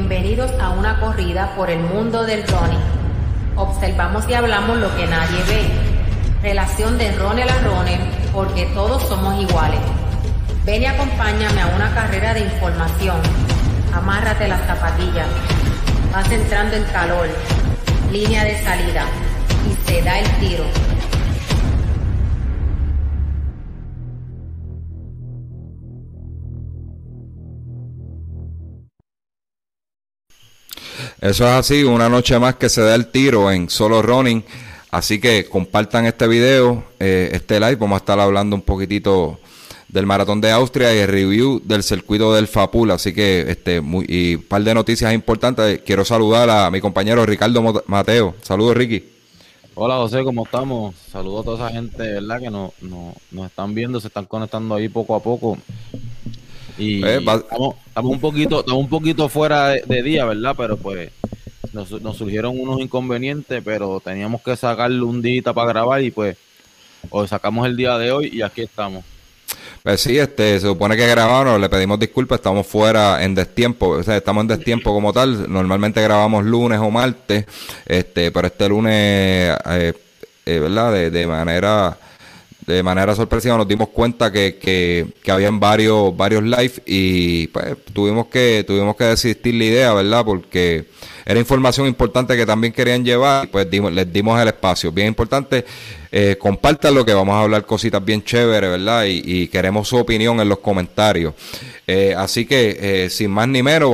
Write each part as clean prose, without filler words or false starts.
Bienvenidos a una corrida por el mundo del running. Observamos y hablamos lo que nadie ve. Relación de runner a runner, porque todos somos iguales. Ven y acompáñame a una carrera de información. Amárrate las zapatillas. Vas entrando en calor. Línea de salida. Y se da el tiro. Eso es así, una noche más que se da el tiro en Solo Running. Así que compartan este video, este live. Vamos a estar hablando un poquitito del Maratón de Austria y el review del circuito del FAPUL. Así que y un par de noticias importantes. Quiero saludar a mi compañero Ricardo Mateo. Saludos, Ricky. Hola, José, ¿cómo estamos? Saludos a toda esa gente, ¿verdad? Que nos están viendo, se están conectando ahí poco a poco. Y estamos un poquito fuera de día, ¿verdad? Pero pues nos surgieron unos inconvenientes, pero teníamos que sacarle un día para grabar y pues hoy sacamos el día de hoy y aquí estamos. Pues sí, se supone que grabamos, le pedimos disculpas, estamos fuera en destiempo, o sea, estamos en destiempo como tal. Normalmente grabamos lunes o martes, pero este lunes, ¿verdad? De manera sorpresiva nos dimos cuenta que habían varios live y pues tuvimos que desistir la idea, ¿verdad? Porque era información importante que también querían llevar y pues les dimos el espacio. Bien importante, compártanlo, que vamos a hablar cositas bien chéveres, ¿verdad? Y queremos su opinión en los comentarios. Así que sin más ni menos,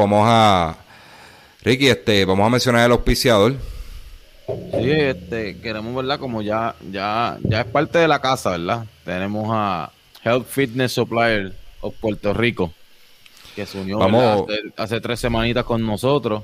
Ricky, vamos a mencionar el auspiciador. Sí, queremos, ¿verdad? Como ya es parte de la casa, ¿verdad? Tenemos a Health Fitness Supplier of Puerto Rico, que se unió hace 3 semanitas con nosotros.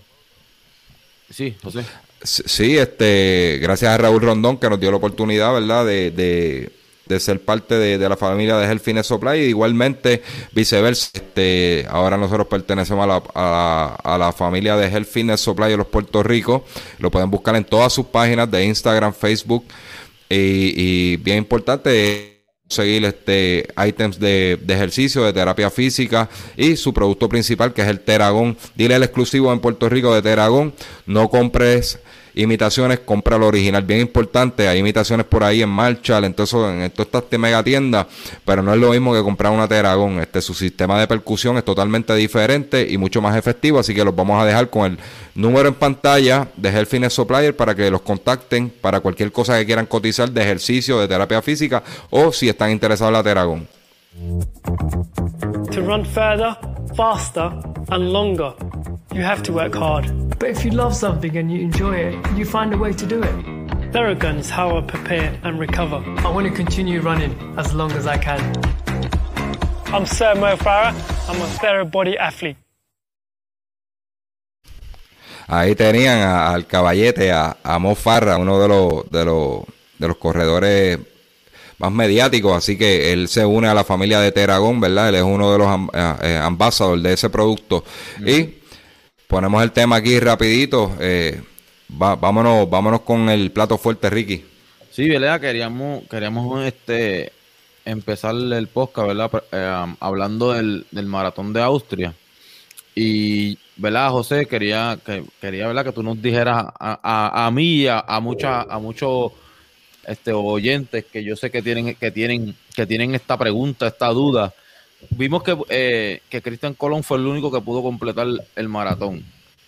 Sí, José. Sí, gracias a Raúl Rondón, que nos dio la oportunidad, ¿verdad? De ser parte de la familia de Health Fitness Supply, y igualmente viceversa. Ahora nosotros pertenecemos a la familia de Health Fitness Supply de los Puerto Rico. Lo pueden buscar en todas sus páginas de Instagram, Facebook, y bien importante seguir ítems de ejercicio, de terapia física, y su producto principal, que es el Teragón. Dile el exclusivo en Puerto Rico de Teragón. No compres imitaciones, compra lo original. Bien importante, hay imitaciones por ahí en Marshall, entonces en todas estas mega tiendas, pero no es lo mismo que comprar una Teragón. Su sistema de percusión es totalmente diferente y mucho más efectivo, así que los vamos a dejar con el número en pantalla de Health Fitness Supplier para que los contacten para cualquier cosa que quieran cotizar de ejercicio, de terapia física, o si están interesados en la Teragón. To run further, faster and longer, you have to work hard. But if you love something and you enjoy it, you find a way to do it. Theragun is how I prepare and recover. I want to continue running as long as I can. I'm Sir Mo Farah. I'm a TheraBody athlete. Ahí tenían al caballete, a Mo Farah, uno de los corredores más mediáticos, así que él se une a la familia de Teragón, ¿verdad? Él es uno de los ambassadores de ese producto. Y ponemos el tema aquí rapidito. Vámonos con el plato fuerte, Ricky. Sí, ¿verdad? Queríamos empezar el podcast, ¿verdad? Hablando del Maratón de Austria. Y, ¿verdad, José? Quería, ¿verdad? Que tú nos dijeras a mí y a muchos oyentes que yo sé que tienen esta pregunta, esta duda. Vimos que Cristian Colón fue el único que pudo completar el maratón.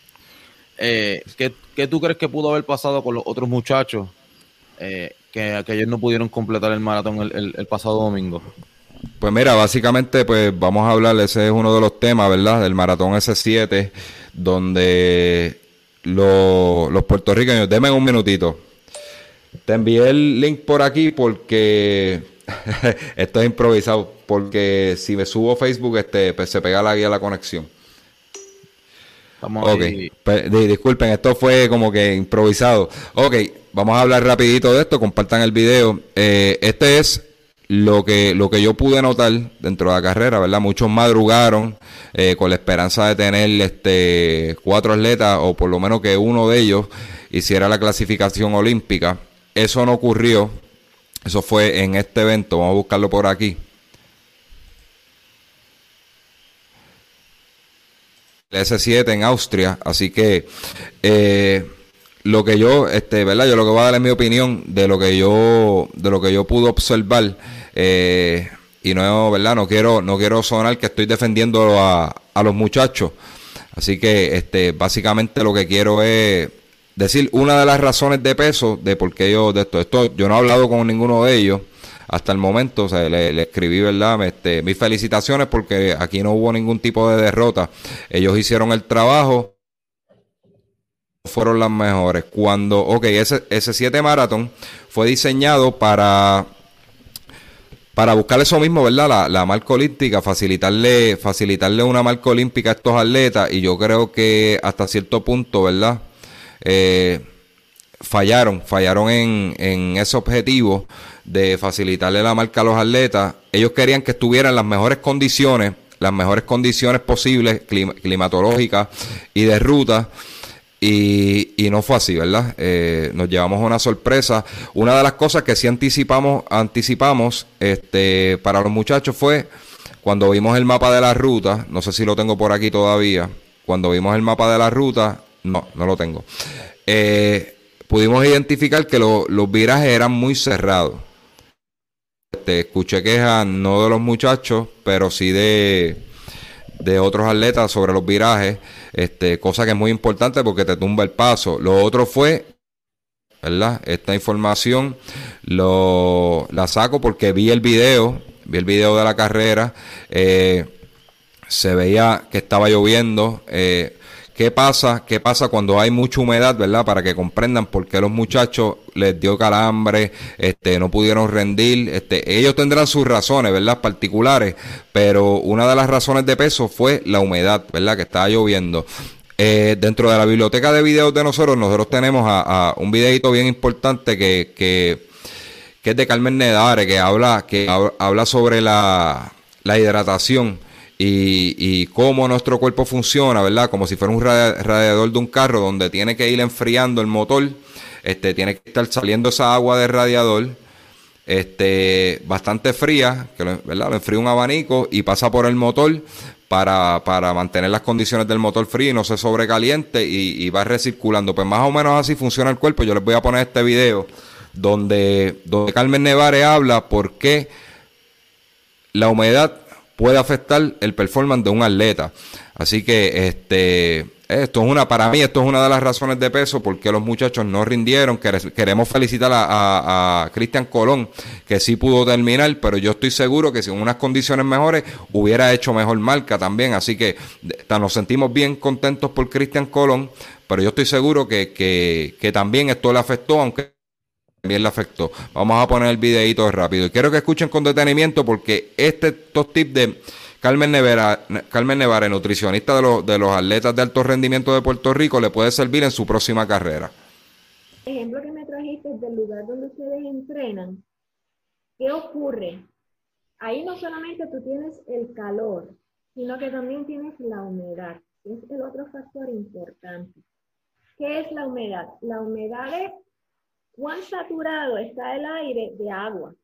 ¿Qué tú crees que pudo haber pasado con los otros muchachos que ellos no pudieron completar el maratón el pasado domingo? Pues mira, básicamente pues vamos a hablar, ese es uno de los temas, ¿verdad? Del maratón S7, donde los puertorriqueños, denme un minutito. Te envié el link por aquí porque esto es improvisado, porque si me subo a Facebook pues se pega la guía a la conexión. Disculpen, esto fue como que improvisado. Ok, vamos a hablar rapidito de esto, compartan el video. Este es lo que yo pude notar dentro de la carrera, ¿verdad? Muchos madrugaron con la esperanza de tener 4 atletas, o por lo menos que uno de ellos hiciera la clasificación olímpica. Eso no ocurrió. Eso fue en este evento. Vamos a buscarlo por aquí. S7 en Austria, así que lo que yo, ¿verdad? Yo lo que voy a dar es mi opinión de lo que yo pude observar, y no, ¿verdad? No quiero sonar que estoy defendiendo a los muchachos, así que básicamente lo que quiero es decir una de las razones de peso de por qué yo de esto yo no he hablado con ninguno de ellos hasta el momento, o sea, le escribí, ¿verdad? Mis felicitaciones porque aquí no hubo ningún tipo de derrota. Ellos hicieron el trabajo, fueron las mejores. Ese 7 Marathon fue diseñado para buscar eso mismo, ¿verdad? La marca olímpica, facilitarle una marca olímpica a estos atletas, y yo creo que hasta cierto punto, ¿verdad? Fallaron en ese objetivo de facilitarle la marca a los atletas. Ellos querían que estuvieran en las mejores condiciones posibles, climatológicas y de ruta, y no fue así, ¿verdad? Nos llevamos una sorpresa. Una de las cosas que sí anticipamos para los muchachos fue cuando vimos el mapa de la ruta. No sé si lo tengo por aquí todavía. Cuando vimos el mapa de la ruta, no lo tengo. Pudimos identificar que los virajes eran muy cerrados. Escuché quejas no de los muchachos, pero sí de otros atletas sobre los virajes, cosa que es muy importante porque te tumba el paso. Lo otro fue, ¿verdad? Esta información la saco porque vi el video de la carrera, se veía que estaba lloviendo. ¿Qué pasa cuando hay mucha humedad, verdad? Para que comprendan por qué los muchachos les dio calambre, no pudieron rendir. Ellos tendrán sus razones, ¿verdad? Particulares, pero una de las razones de peso fue la humedad, ¿verdad? Que estaba lloviendo. Dentro de la biblioteca de videos de nosotros tenemos a un videito bien importante que es de Carmen Nedare, que habla sobre la hidratación. Y cómo nuestro cuerpo funciona, ¿verdad? Como si fuera un radiador de un carro donde tiene que ir enfriando el motor, tiene que estar saliendo esa agua del radiador, bastante fría, ¿verdad? Lo enfría un abanico y pasa por el motor para mantener las condiciones del motor frío y no se sobrecaliente, y va recirculando. Pues más o menos así funciona el cuerpo. Yo les voy a poner este video donde Carmen Nedare habla por qué la humedad puede afectar el performance de un atleta. Así que para mí esto es una de las razones de peso porque los muchachos no rindieron. Queremos felicitar a Cristian Colón, que sí pudo terminar, pero yo estoy seguro que si en unas condiciones mejores hubiera hecho mejor marca también. Así que nos sentimos bien contentos por Cristian Colón, pero yo estoy seguro que también esto le afectó, aunque también le afectó. Vamos a poner el videito rápido y quiero que escuchen con detenimiento porque estos tips de Carmen Nedare, nutricionista de los atletas de alto rendimiento de Puerto Rico, le puede servir en su próxima carrera. El ejemplo que me trajiste del lugar donde ustedes entrenan, ¿qué ocurre? Ahí no solamente tú tienes el calor, sino que también tienes la humedad, que es el otro factor importante. ¿Qué es la humedad? La humedad es cuán saturado está el aire de agua.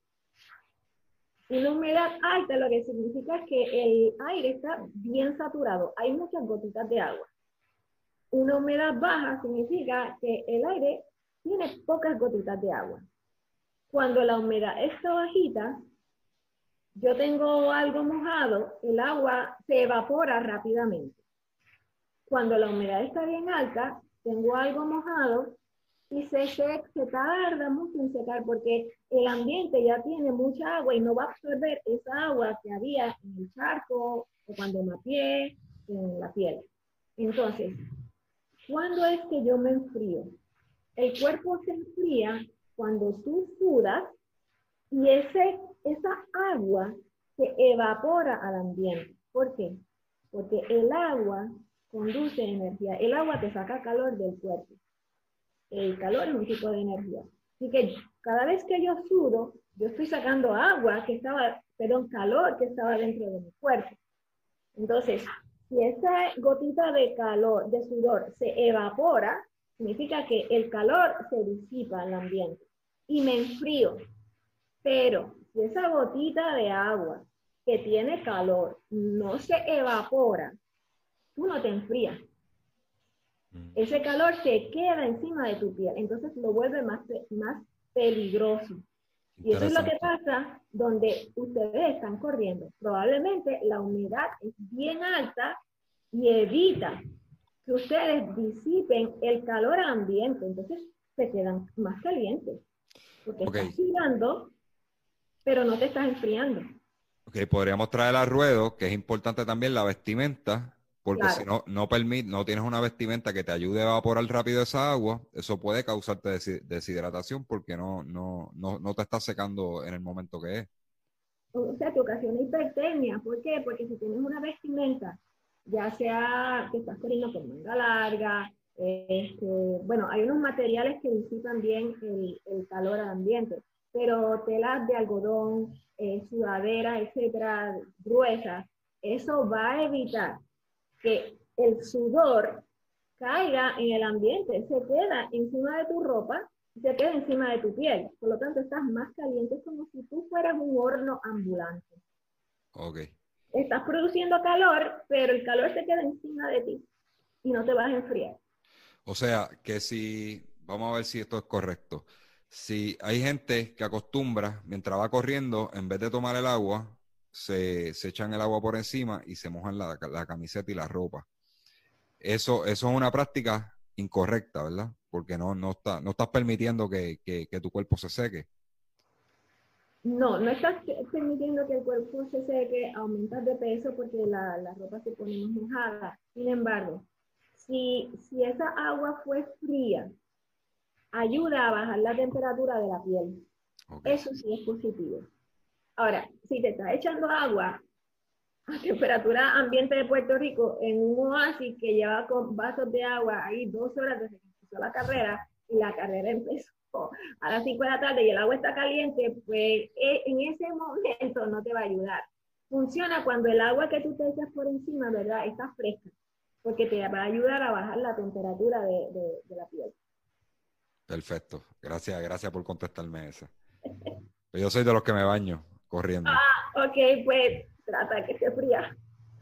Una humedad alta lo que significa es que el aire está bien saturado, hay muchas gotitas de agua. Una humedad baja significa que el aire tiene pocas gotitas de agua. Cuando la humedad está bajita, yo tengo algo mojado, el agua se evapora rápidamente. Cuando la humedad está bien alta, tengo algo mojado, y se tarda mucho en secar porque el ambiente ya tiene mucha agua y no va a absorber esa agua que había en el charco o cuando mapeé en la piel. Entonces, ¿cuándo es que yo me enfrío? El cuerpo se enfría cuando tú sudas y esa agua se evapora al ambiente. ¿Por qué? Porque el agua conduce energía. El agua te saca calor del cuerpo. El calor es un tipo de energía. Así que cada vez que yo sudo, yo estoy sacando calor que estaba dentro de mi cuerpo. Entonces, si esa gotita de calor, de sudor, se evapora, significa que el calor se disipa en el ambiente y me enfrío. Pero si esa gotita de agua que tiene calor no se evapora, tú no te enfrías. Ese calor se queda encima de tu piel, entonces lo vuelve más peligroso. Y eso es lo que pasa donde ustedes están corriendo. Probablemente la humedad es bien alta y evita que ustedes disipen el calor al ambiente, entonces se quedan más calientes. Porque estás sudando, pero no te estás enfriando. Ok, podríamos traer al ruedo, que es importante también la vestimenta, porque Claro. si no tienes una vestimenta que te ayude a evaporar rápido esa agua, eso puede causarte deshidratación porque no te está secando en el momento que es. O sea, te ocasiona hipertermia. ¿Por qué? Porque si tienes una vestimenta, ya sea que estás corriendo con manga larga, bueno, hay unos materiales que disipan bien el calor al ambiente, pero telas de algodón, sudaderas, etcétera, gruesas, eso va a evitar que el sudor caiga en el ambiente, se queda encima de tu ropa, se queda encima de tu piel. Por lo tanto, estás más caliente, es como si tú fueras un horno ambulante. Ok. Estás produciendo calor, pero el calor se queda encima de ti y no te vas a enfriar. O sea, que si, vamos a ver si esto es correcto. Si hay gente que acostumbra, mientras va corriendo, en vez de tomar el agua, se echan el agua por encima y se mojan la camiseta y la ropa. Eso es una práctica incorrecta, ¿verdad? Porque no estás permitiendo que tu cuerpo se seque. No estás permitiendo que el cuerpo se seque, aumentas de peso porque la ropa se pone más mojada. Sin embargo, si esa agua fue fría, ayuda a bajar la temperatura de la piel. Okay. Eso sí es positivo. Ahora, si te estás echando agua a temperatura ambiente de Puerto Rico en un oasis que lleva con vasos de agua ahí 2 horas desde que empezó la carrera, y la carrera empezó a las 5 de la tarde y el agua está caliente, pues en ese momento no te va a ayudar. Funciona cuando el agua que tú te echas por encima, ¿verdad?, está fresca, porque te va a ayudar a bajar la temperatura de la piel. Perfecto. Gracias por contestarme esa. Yo soy de los que me baño corriendo. Ok, pues trata de que esté fría.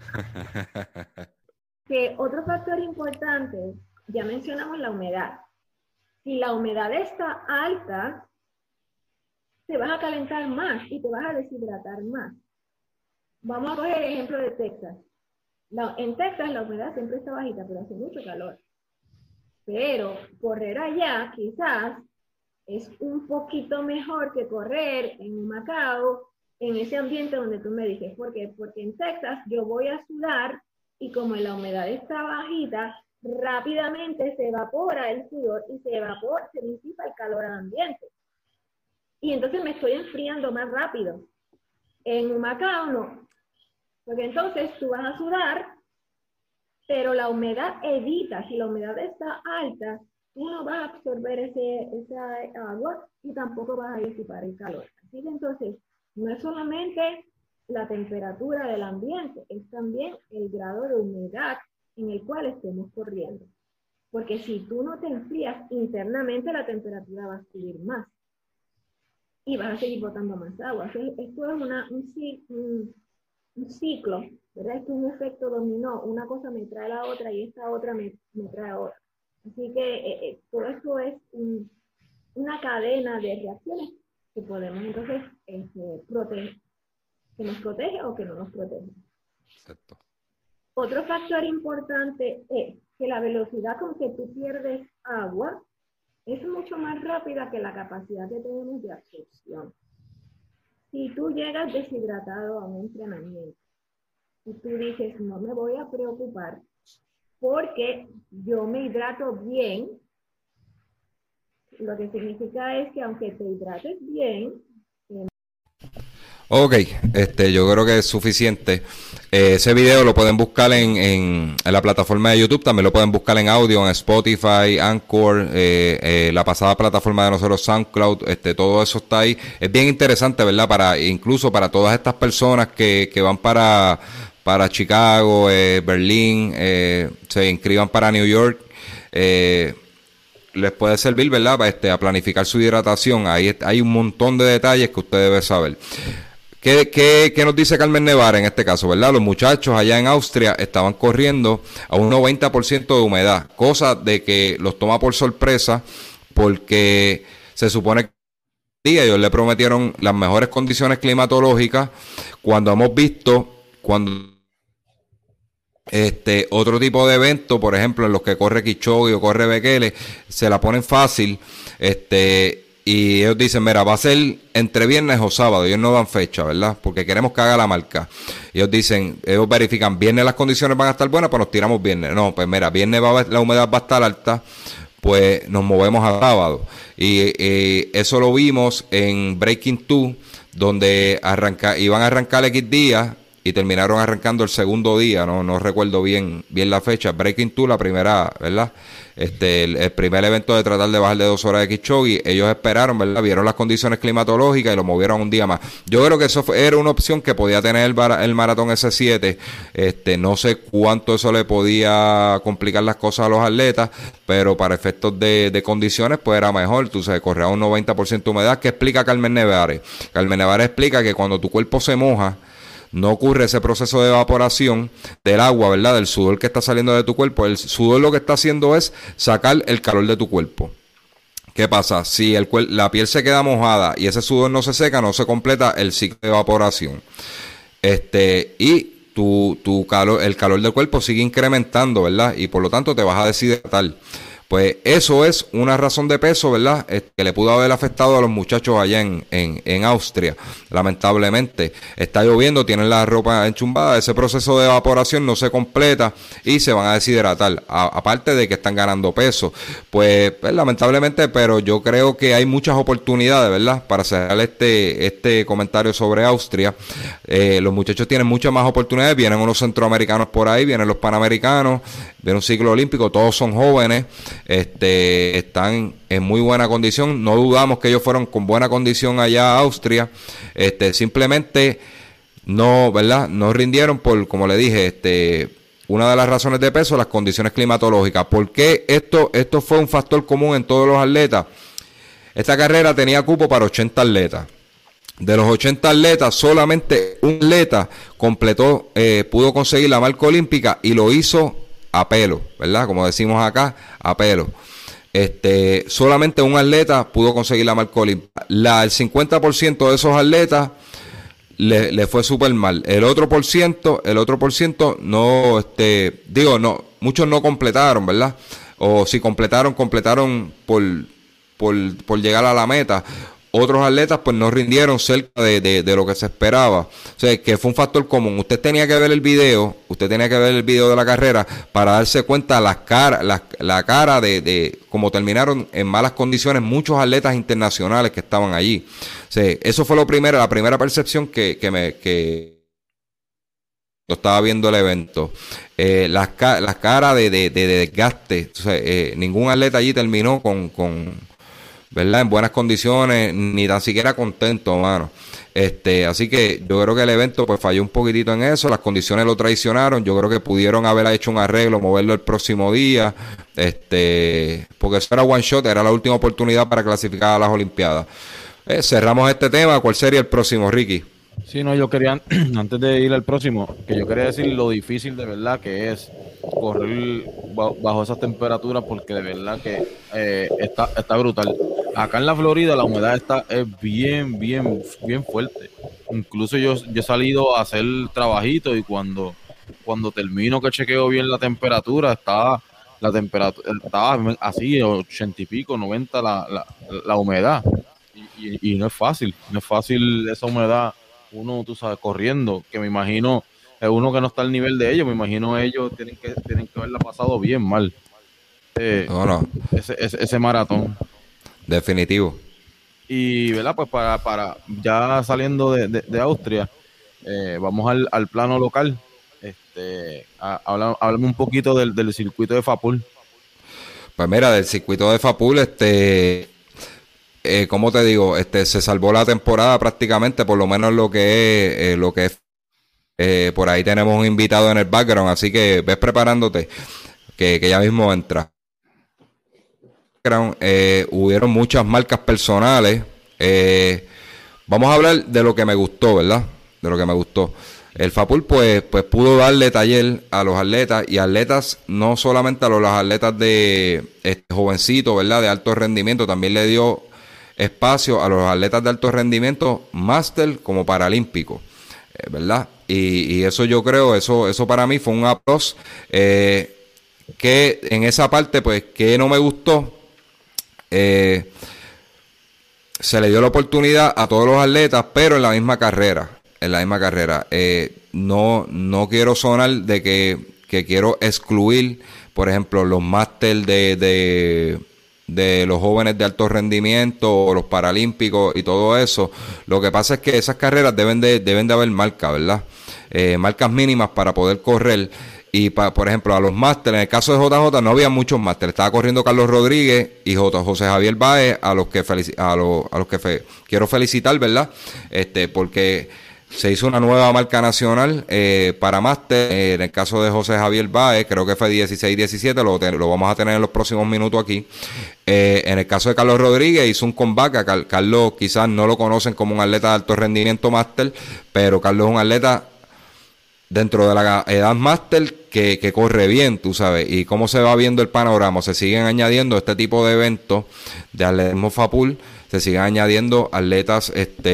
Que otro factor importante, ya mencionamos la humedad. Si la humedad está alta, te vas a calentar más y te vas a deshidratar más. Vamos a coger el ejemplo de Texas. En Texas la humedad siempre está bajita, pero hace mucho calor. Pero correr allá quizás es un poquito mejor que correr en Macao, en ese ambiente donde tú me dices. ¿Por qué? Porque en Texas yo voy a sudar y como la humedad está bajita, rápidamente se evapora el sudor y se disipa el calor al ambiente. Y entonces me estoy enfriando más rápido. En Macao no. Porque entonces tú vas a sudar, pero la humedad evita, si la humedad está alta, tú no vas a absorber esa agua y tampoco vas a disipar el calor. Así que entonces, no es solamente la temperatura del ambiente, es también el grado de humedad en el cual estemos corriendo. Porque si tú no te enfrías internamente, la temperatura va a subir más. Y vas a seguir botando más agua. Esto es un ciclo, ¿verdad? Esto es un efecto dominó. Una cosa me trae la otra y esta otra me trae otra. Así que todo esto es una cadena de reacciones que podemos entonces proteger, que nos protege o que no nos protege. Exacto. Otro factor importante es que la velocidad con que tú pierdes agua es mucho más rápida que la capacidad que tenemos de absorción. Si tú llegas deshidratado a un entrenamiento y tú dices, no me voy a preocupar porque yo me hidrato bien, lo que significa es que aunque te hidrates bien... Ok, yo creo que es suficiente. Ese video lo pueden buscar en la plataforma de YouTube, también lo pueden buscar en audio, en Spotify, Anchor, la pasada plataforma de nosotros, SoundCloud, todo eso está ahí. Es bien interesante, ¿verdad? Incluso para todas estas personas que van para Chicago, Berlín, se inscriban para New York, les puede servir, ¿verdad? A planificar su hidratación. Ahí hay un montón de detalles que usted debe saber. ¿Qué nos dice Carmen Nevares en este caso, verdad? Los muchachos allá en Austria estaban corriendo a un 90% de humedad, cosa de que los toma por sorpresa porque se supone que ellos le prometieron las mejores condiciones climatológicas cuando hemos visto otro tipo de evento, por ejemplo, en los que corre Kipchoge o corre Bekele, se la ponen fácil, y ellos dicen, mira, va a ser entre viernes o sábado, ellos no dan fecha, ¿verdad? Porque queremos que haga la marca. Ellos dicen, ellos verifican, viernes las condiciones van a estar buenas, pues nos tiramos viernes. No, pues mira, viernes la humedad va a estar alta, pues nos movemos a sábado. Y eso lo vimos en Breaking 2, donde iban a arrancar X días y terminaron arrancando el segundo día, no recuerdo bien la fecha. Breaking 2, la primera, ¿verdad? El primer evento de tratar de bajar de 2 horas de Kipchoge, ellos esperaron, ¿verdad? Vieron las condiciones climatológicas y lo movieron un día más. Yo creo que eso era una opción que podía tener el maratón S7. No sé cuánto eso le podía complicar las cosas a los atletas, pero para efectos de condiciones, pues era mejor. Tú sabes, correr a un 90% de humedad. ¿Qué explica Carmen Nevares? Carmen Nevares explica que cuando tu cuerpo se moja, no ocurre ese proceso de evaporación del agua, ¿verdad? Del sudor que está saliendo de tu cuerpo. El sudor lo que está haciendo es sacar el calor de tu cuerpo. ¿Qué pasa? Si la piel se queda mojada y ese sudor no se seca, no se completa el ciclo de evaporación. Y tu calor, el calor del cuerpo sigue incrementando, ¿verdad? Y por lo tanto te vas a deshidratar. Pues eso es una razón de peso, ¿verdad? Que le pudo haber afectado a los muchachos allá en Austria. Lamentablemente, está lloviendo, tienen la ropa enchumbada, ese proceso de evaporación no se completa y se van a deshidratar. Aparte de que están ganando peso. Pues lamentablemente, pero yo creo que hay muchas oportunidades, ¿verdad? Para cerrar este comentario sobre Austria. Los muchachos tienen muchas más oportunidades. Vienen unos centroamericanos por ahí, vienen los panamericanos, viene un ciclo olímpico, todos son jóvenes. Están en muy buena condición, no dudamos que ellos fueron con buena condición allá a Austria, simplemente no, ¿verdad? No rindieron por, como le dije, una de las razones de peso, las condiciones climatológicas. ¿Por qué esto fue un factor común en todos los atletas? Esta carrera tenía cupo para 80 atletas. De los 80 atletas, solamente un atleta completó, pudo conseguir la marca olímpica y lo hizo a pelo, ¿verdad? Como decimos acá, a pelo. Solamente un atleta pudo conseguir la marca olímpica. El 50% de esos atletas le fue súper mal. El otro por ciento no, no, muchos no completaron, ¿verdad? O si completaron por llegar a la meta. Otros atletas pues no rindieron cerca de lo que se esperaba. O sea, que fue un factor común. Usted tenía que ver el video de la carrera para darse cuenta la cara de cómo terminaron en malas condiciones muchos atletas internacionales que estaban allí. O sea, eso fue la primera percepción que yo estaba viendo el evento. Las caras de desgaste. O sea, ningún atleta allí terminó con ¿verdad? En buenas condiciones, ni tan siquiera contento, mano. Así que yo creo que el evento pues falló un poquitito en eso, las condiciones lo traicionaron, yo creo que pudieron haber hecho un arreglo, moverlo el próximo día, porque eso era one shot, era la última oportunidad para clasificar a las Olimpiadas. Cerramos este tema, ¿cuál sería el próximo, Ricky? Sí, no, yo quería, antes de ir al próximo, que yo quería decir lo difícil de verdad que es correr bajo esas temperaturas, porque de verdad que está brutal. Acá en la Florida la humedad es bien fuerte. Incluso yo he salido a hacer trabajito y cuando termino que chequeo bien la temperatura, estaba así, 80 y pico, 90 la humedad. Y no es fácil esa humedad, uno, tú sabes, corriendo, que me imagino, uno que no está al nivel de ellos, me imagino ellos tienen que haberla pasado bien mal. Ese maratón. Definitivo. Y, ¿verdad? Pues para ya saliendo de Austria, vamos al plano local. Háblame un poquito del circuito de Fapul. Pues mira, del circuito de Fapul, ¿cómo te digo? Se salvó la temporada prácticamente, por lo menos lo que es. Por ahí tenemos un invitado en el background, así que ves preparándote, que ya mismo entra. Hubieron muchas marcas personales. Vamos a hablar de lo que me gustó, ¿verdad? de lo que me gustó. El FAPUL pues pudo darle taller a los atletas, y atletas, no solamente a los atletas de jovencitos, ¿verdad? De alto rendimiento, también le dio espacio a los atletas de alto rendimiento, máster como paralímpico, ¿verdad? Y eso yo creo, eso para mí fue un aplauso, que en esa parte pues que no me gustó, se le dio la oportunidad a todos los atletas, pero en la misma carrera. No quiero sonar de que quiero excluir, por ejemplo, los máster de los jóvenes de alto rendimiento o los paralímpicos y todo eso. Lo que pasa es que esas carreras deben de haber marcas, ¿verdad? Marcas mínimas para poder correr. Y por ejemplo, a los máster, en el caso de JJ no había muchos máster, estaba corriendo Carlos Rodríguez y José Javier Báez, a los que quiero felicitar, ¿verdad? Porque se hizo una nueva marca nacional para máster. En el caso de José Javier Báez, creo que fue 16-17, lo vamos a tener en los próximos minutos aquí. En el caso de Carlos Rodríguez, hizo un comeback. Carlos quizás no lo conocen como un atleta de alto rendimiento máster, pero Carlos es un atleta dentro de la edad máster que corre bien, tú sabes. Y cómo se va viendo el panorama, se siguen añadiendo este tipo de eventos de atletismo FAPUL, se siguen añadiendo atletas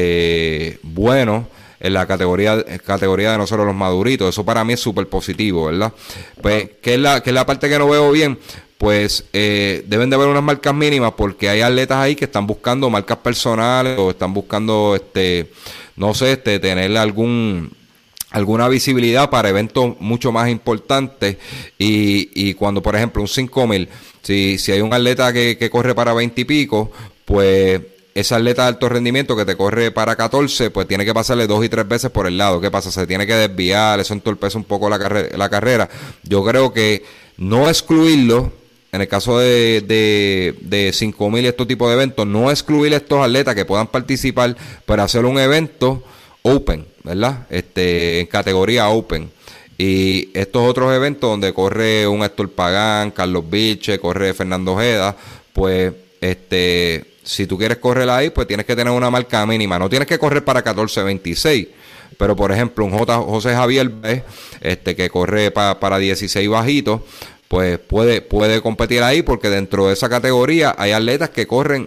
buenos en la categoría de nosotros los maduritos. Eso para mí es súper positivo, ¿verdad? Pues, ¿qué es la parte que no veo bien? Pues deben de haber unas marcas mínimas, porque hay atletas ahí que están buscando marcas personales o están buscando, no sé, tener alguna visibilidad para eventos mucho más importantes. Y cuando, por ejemplo, un 5,000, si hay un atleta que corre para 20 y pico, pues ese atleta de alto rendimiento que te corre para 14, pues tiene que pasarle 2 y 3 veces por el lado. ¿Qué pasa? Se tiene que desviar, eso entorpece un poco la carrera. Yo creo que no excluirlo, en el caso de 5,000 y estos tipos de eventos, no excluir a estos atletas que puedan participar para hacer un evento open, ¿verdad? En categoría open. Y estos otros eventos donde corre un Héctor Pagán, Carlos Vilche, corre Fernando Ojeda, pues si tú quieres correr ahí, pues tienes que tener una marca mínima. No tienes que correr para 14-26. Pero, por ejemplo, un José Javier, que corre para 16 bajitos, pues puede competir ahí, porque dentro de esa categoría hay atletas que corren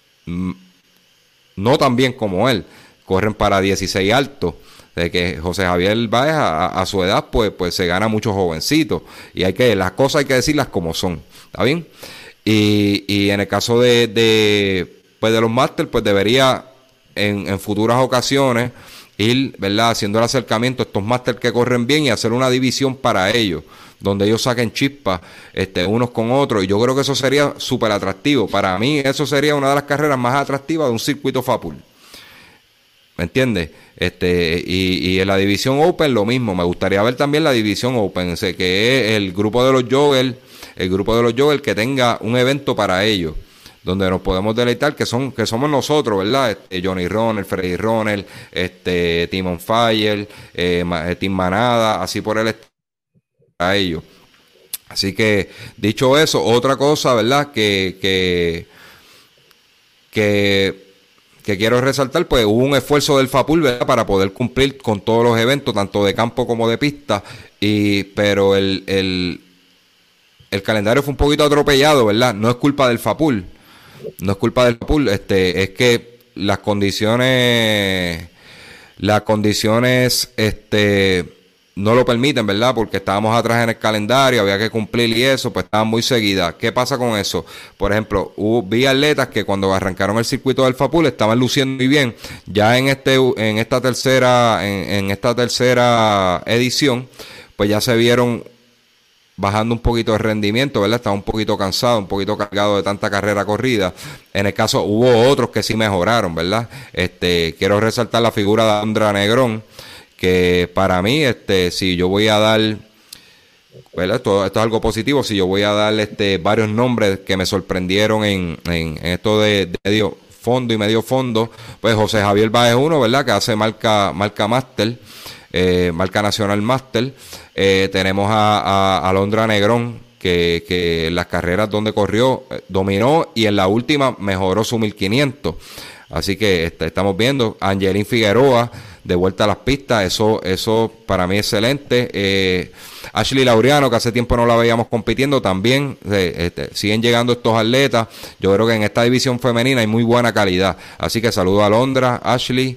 no tan bien como él. Corren para 16 altos. De que José Javier Báez a su edad, pues se gana muchos jovencitos. Y las cosas hay que decirlas como son. ¿Está bien? Y en el caso de los máster, pues debería en futuras ocasiones ir, ¿verdad?, haciendo el acercamiento a estos máster que corren bien y hacer una división para ellos, donde ellos saquen chispas unos con otros. Y yo creo que eso sería súper atractivo. Para mí eso sería una de las carreras más atractivas de un circuito FAPUL. ¿Me entiendes? Y en la división Open lo mismo. Me gustaría ver también la división Open, que es el grupo de los joggers, que tenga un evento para ellos, donde nos podemos deleitar, que somos nosotros, ¿verdad? Johnny Ronald, Freddy Ronald, Team on Fire, Team Manada, así por el estilo, a ellos. Así que, dicho eso, otra cosa, ¿verdad? Que quiero resaltar, pues hubo un esfuerzo del FAPUL, ¿verdad?, para poder cumplir con todos los eventos, tanto de campo como de pista, pero el calendario fue un poquito atropellado, ¿verdad? No es culpa del FAPUL, es que las condiciones no lo permiten, ¿verdad? Porque estábamos atrás en el calendario, había que cumplir y eso, pues estaban muy seguidas. ¿Qué pasa con eso? Por ejemplo, vi atletas que cuando arrancaron el circuito del FAPUL estaban luciendo muy bien. Ya en esta tercera edición, pues ya se vieron bajando un poquito de rendimiento, ¿verdad? Estaba un poquito cansado, un poquito cargado de tanta carrera corrida. En el caso, hubo otros que sí mejoraron, ¿verdad? Quiero resaltar la figura de Alondra Negrón, que para mí, si yo voy a dar, ¿verdad? Esto es algo positivo. Si yo voy a dar varios nombres que me sorprendieron en esto de medio fondo y medio fondo, pues José Javier Báez uno, ¿verdad?, que hace marca máster, marca nacional máster. Tenemos a Alondra Negrón, que en las carreras donde corrió dominó, y en la última mejoró su 1500. Así que estamos viendo Angelín Figueroa de vuelta a las pistas. Eso para mí es excelente. Ashley Laureano, que hace tiempo no la veíamos compitiendo, también siguen llegando estos atletas. Yo creo que en esta división femenina hay muy buena calidad. Así que saludo a Londra, Ashley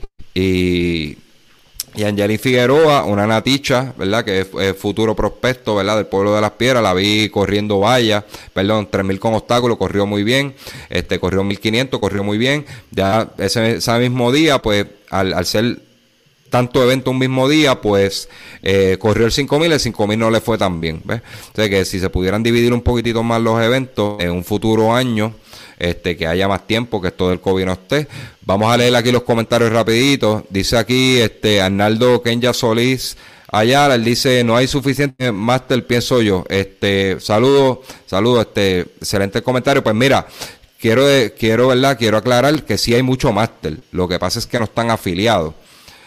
y Angelín Figueroa, una naticha, ¿verdad? Que es futuro prospecto, ¿verdad? Del pueblo de Las Piedras. La vi corriendo 3.000 con obstáculos, corrió muy bien. Corrió 1.500, corrió muy bien. Ya ese mismo día, pues, al ser tanto evento un mismo día, pues corrió el 5.000 no le fue tan bien, ¿ves? O sea que si se pudieran dividir un poquitito más los eventos en un futuro año, que haya más tiempo, que esto del COVID no esté. Vamos a leer aquí los comentarios rapiditos. Dice aquí Arnaldo Kenya Solís Ayala, él dice, no hay suficiente máster, pienso yo. Saludos, excelente comentario. Pues mira, quiero aclarar que sí hay mucho máster. Lo que pasa es que no están afiliados.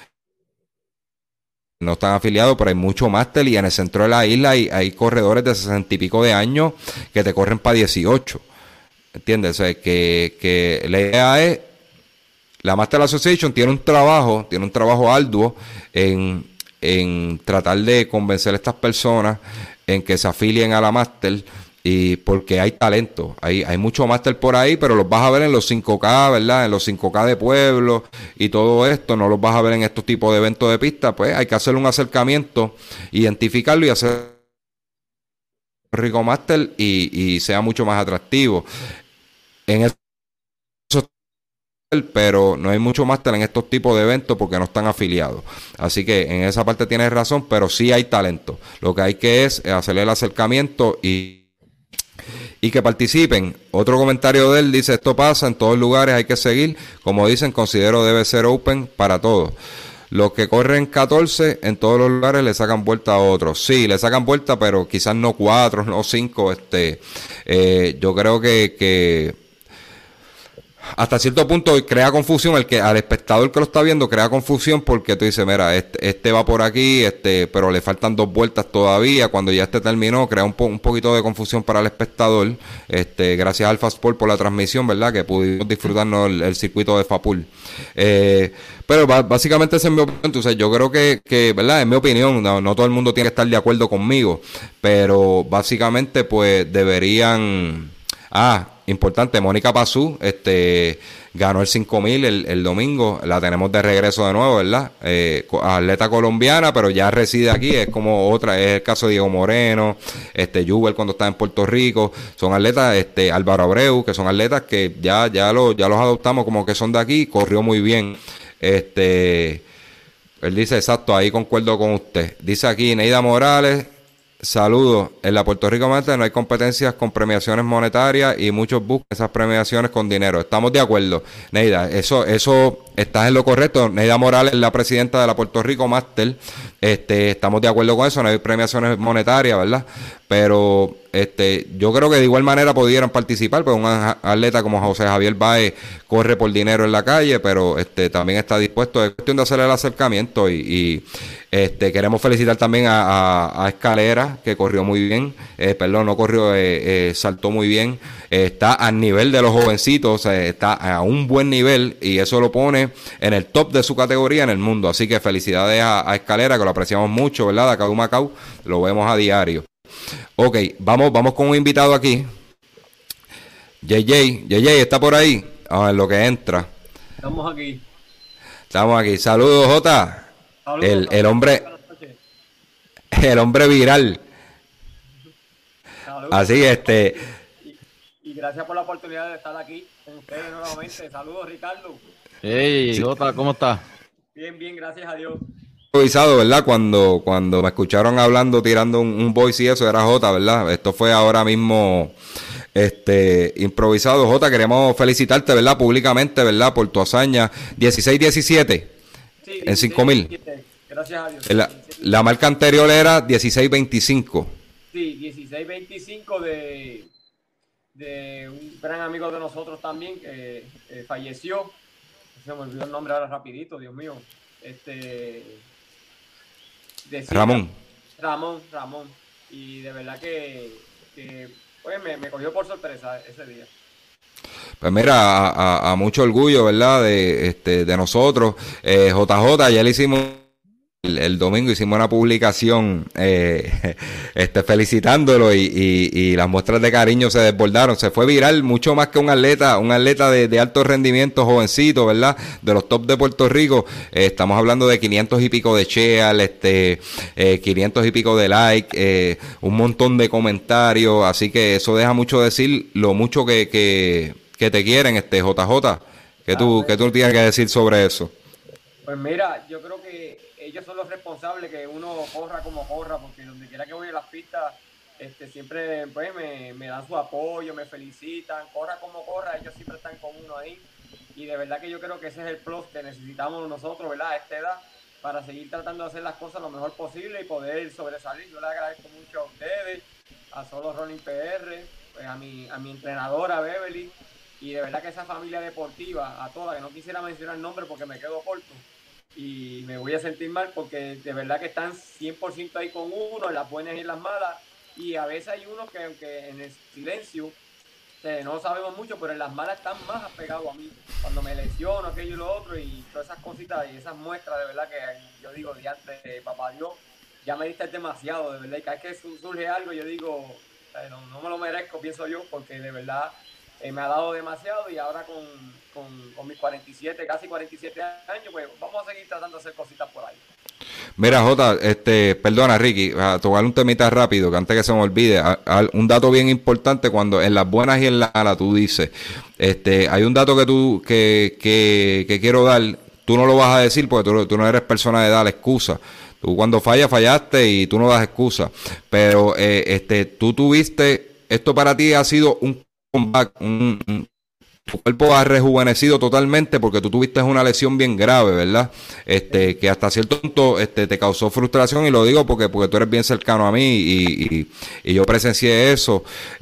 No están afiliados, pero hay mucho máster, y en el centro de la isla hay corredores de 60 y pico de años que te corren para 18. ¿Entiendes? O sea, que la idea es, la Master Association tiene un trabajo arduo en tratar de convencer a estas personas en que se afilien a la Master, y porque hay talento, hay mucho Master por ahí, pero los vas a ver en los 5K, ¿verdad? En los 5K de pueblo y todo esto, no los vas a ver en estos tipos de eventos de pista. Pues hay que hacer un acercamiento, identificarlo y hacer rico Master y sea mucho más atractivo. En eso, pero no hay mucho máster en estos tipos de eventos porque no están afiliados. Así que en esa parte tienes razón, pero sí hay talento. Lo que hay que es hacerle el acercamiento y que participen. Otro comentario de él dice, esto pasa en todos lugares, hay que seguir. Como dicen, considero debe ser open para todos. Los que corren 14 en todos los lugares le sacan vuelta a otros. Sí, le sacan vuelta, pero quizás no 4, no 5. Yo creo que hasta cierto punto crea confusión, al espectador que lo está viendo crea confusión, porque tú dices, mira, este va por aquí, pero le faltan 2 vueltas todavía, cuando ya terminó, crea un poquito de confusión para el espectador. Gracias a Alpha Sport por la transmisión, ¿verdad? Que pudimos disfrutarnos el circuito de Fapul. Pero básicamente esa es mi opinión. Entonces yo creo que ¿verdad? En mi opinión, no todo el mundo tiene que estar de acuerdo conmigo, pero básicamente pues deberían... importante, Mónica Pazú ganó el 5.000 el domingo, la tenemos de regreso de nuevo, ¿verdad? Atleta colombiana, pero ya reside aquí, es como otra, es el caso de Diego Moreno, Jubel cuando estaba en Puerto Rico, son atletas, Álvaro Abreu, que son atletas que ya los adoptamos como que son de aquí, corrió muy bien. Él dice, exacto, ahí concuerdo con usted. Dice aquí Neida Morales, saludos. En la Puerto Rico Master no hay competencias con premiaciones monetarias y muchos buscan esas premiaciones con dinero. Estamos de acuerdo, Neida. Eso estás en lo correcto. Neida Morales es la presidenta de la Puerto Rico Master. Estamos de acuerdo con eso. No hay premiaciones monetarias, ¿verdad? Pero yo creo que de igual manera pudieran participar, porque un atleta como José Javier Baez corre por dinero en la calle, pero también está dispuesto. Es cuestión de hacer el acercamiento y queremos felicitar también a Escalera, que corrió muy bien, saltó muy bien, está al nivel de los jovencitos, está a un buen nivel, y eso lo pone en el top de su categoría en el mundo. Así que felicidades a Escalera, que lo apreciamos mucho, ¿verdad? De acá de Macao, lo vemos a diario. Ok, vamos con un invitado aquí. JJ está por ahí. A ver lo que entra. Estamos aquí. Saludos, Jota. Saludos, el hombre viral. Saludos. Así y gracias por la oportunidad de estar aquí con ustedes nuevamente. Saludos, Ricardo. Hey, Jota, ¿cómo estás? Bien, gracias a Dios. Improvisado, ¿verdad? Cuando me escucharon hablando, tirando un voice y eso, era Jota, ¿verdad? Esto fue ahora mismo improvisado. Jota, queremos felicitarte, ¿verdad? Públicamente, ¿verdad? Por tu hazaña 16-17 Sí, en 5.000. Gracias a Dios. La marca anterior era 16-25. Sí, 16-25 de un gran amigo de nosotros también que falleció. Se me olvidó el nombre ahora rapidito, Dios mío. Ramón. Y de verdad que pues me cogió por sorpresa ese día. Pues mira, a mucho orgullo, ¿verdad? De nosotros. JJ, ya le hicimos el domingo, hicimos una publicación felicitándolo y las muestras de cariño se desbordaron. Se fue viral mucho más que un atleta de alto rendimiento, jovencito, ¿verdad? De los top de Puerto Rico. Estamos hablando de 500 y pico de share, 500 y pico de like, un montón de comentarios. Así que eso deja mucho decir lo mucho que te quieren, JJ. ¿Qué tú tienes que decir sobre eso? Pues mira, yo creo que ellos son los responsables que uno corra como corra, porque donde quiera que voy a las pistas, siempre pues me dan su apoyo, me felicitan, corra como corra, ellos siempre están con uno ahí. Y de verdad que yo creo que ese es el plus que necesitamos nosotros, ¿verdad? A esta edad, para seguir tratando de hacer las cosas lo mejor posible y poder sobresalir. Yo les agradezco mucho a ustedes, a Solo Running PR, pues a mi entrenadora Beverly, y de verdad que esa familia deportiva, a todas, que no quisiera mencionar el nombre porque me quedo corto y me voy a sentir mal, porque de verdad que están 100% ahí con uno, en las buenas y en las malas, y a veces hay unos que aunque en el silencio no sabemos mucho, pero en las malas están más apegados a mí, cuando me lesiono, aquello y lo otro, y todas esas cositas y esas muestras, de verdad que yo digo, diante, papá Dios, ya me diste demasiado, de verdad, y cada vez que surge algo, yo digo, no me lo merezco, pienso yo, porque de verdad me ha dado demasiado, y ahora con mis 47, casi 47 años, pues vamos a seguir tratando de hacer cositas por ahí. Mira, Jota, perdona, Ricky, a tocar un temita rápido, que antes que se me olvide, un dato bien importante, cuando en las buenas y en las malas tú dices, hay un dato que quiero dar, tú no lo vas a decir porque tú no eres persona de dar excusa. Tú cuando fallaste y tú no das excusa, pero tú tuviste, esto para ti ha sido un comeback, tu cuerpo ha rejuvenecido totalmente porque tú tuviste una lesión bien grave, ¿verdad? Que hasta cierto punto te causó frustración, y lo digo porque tú eres bien cercano a mí y yo presencié eso.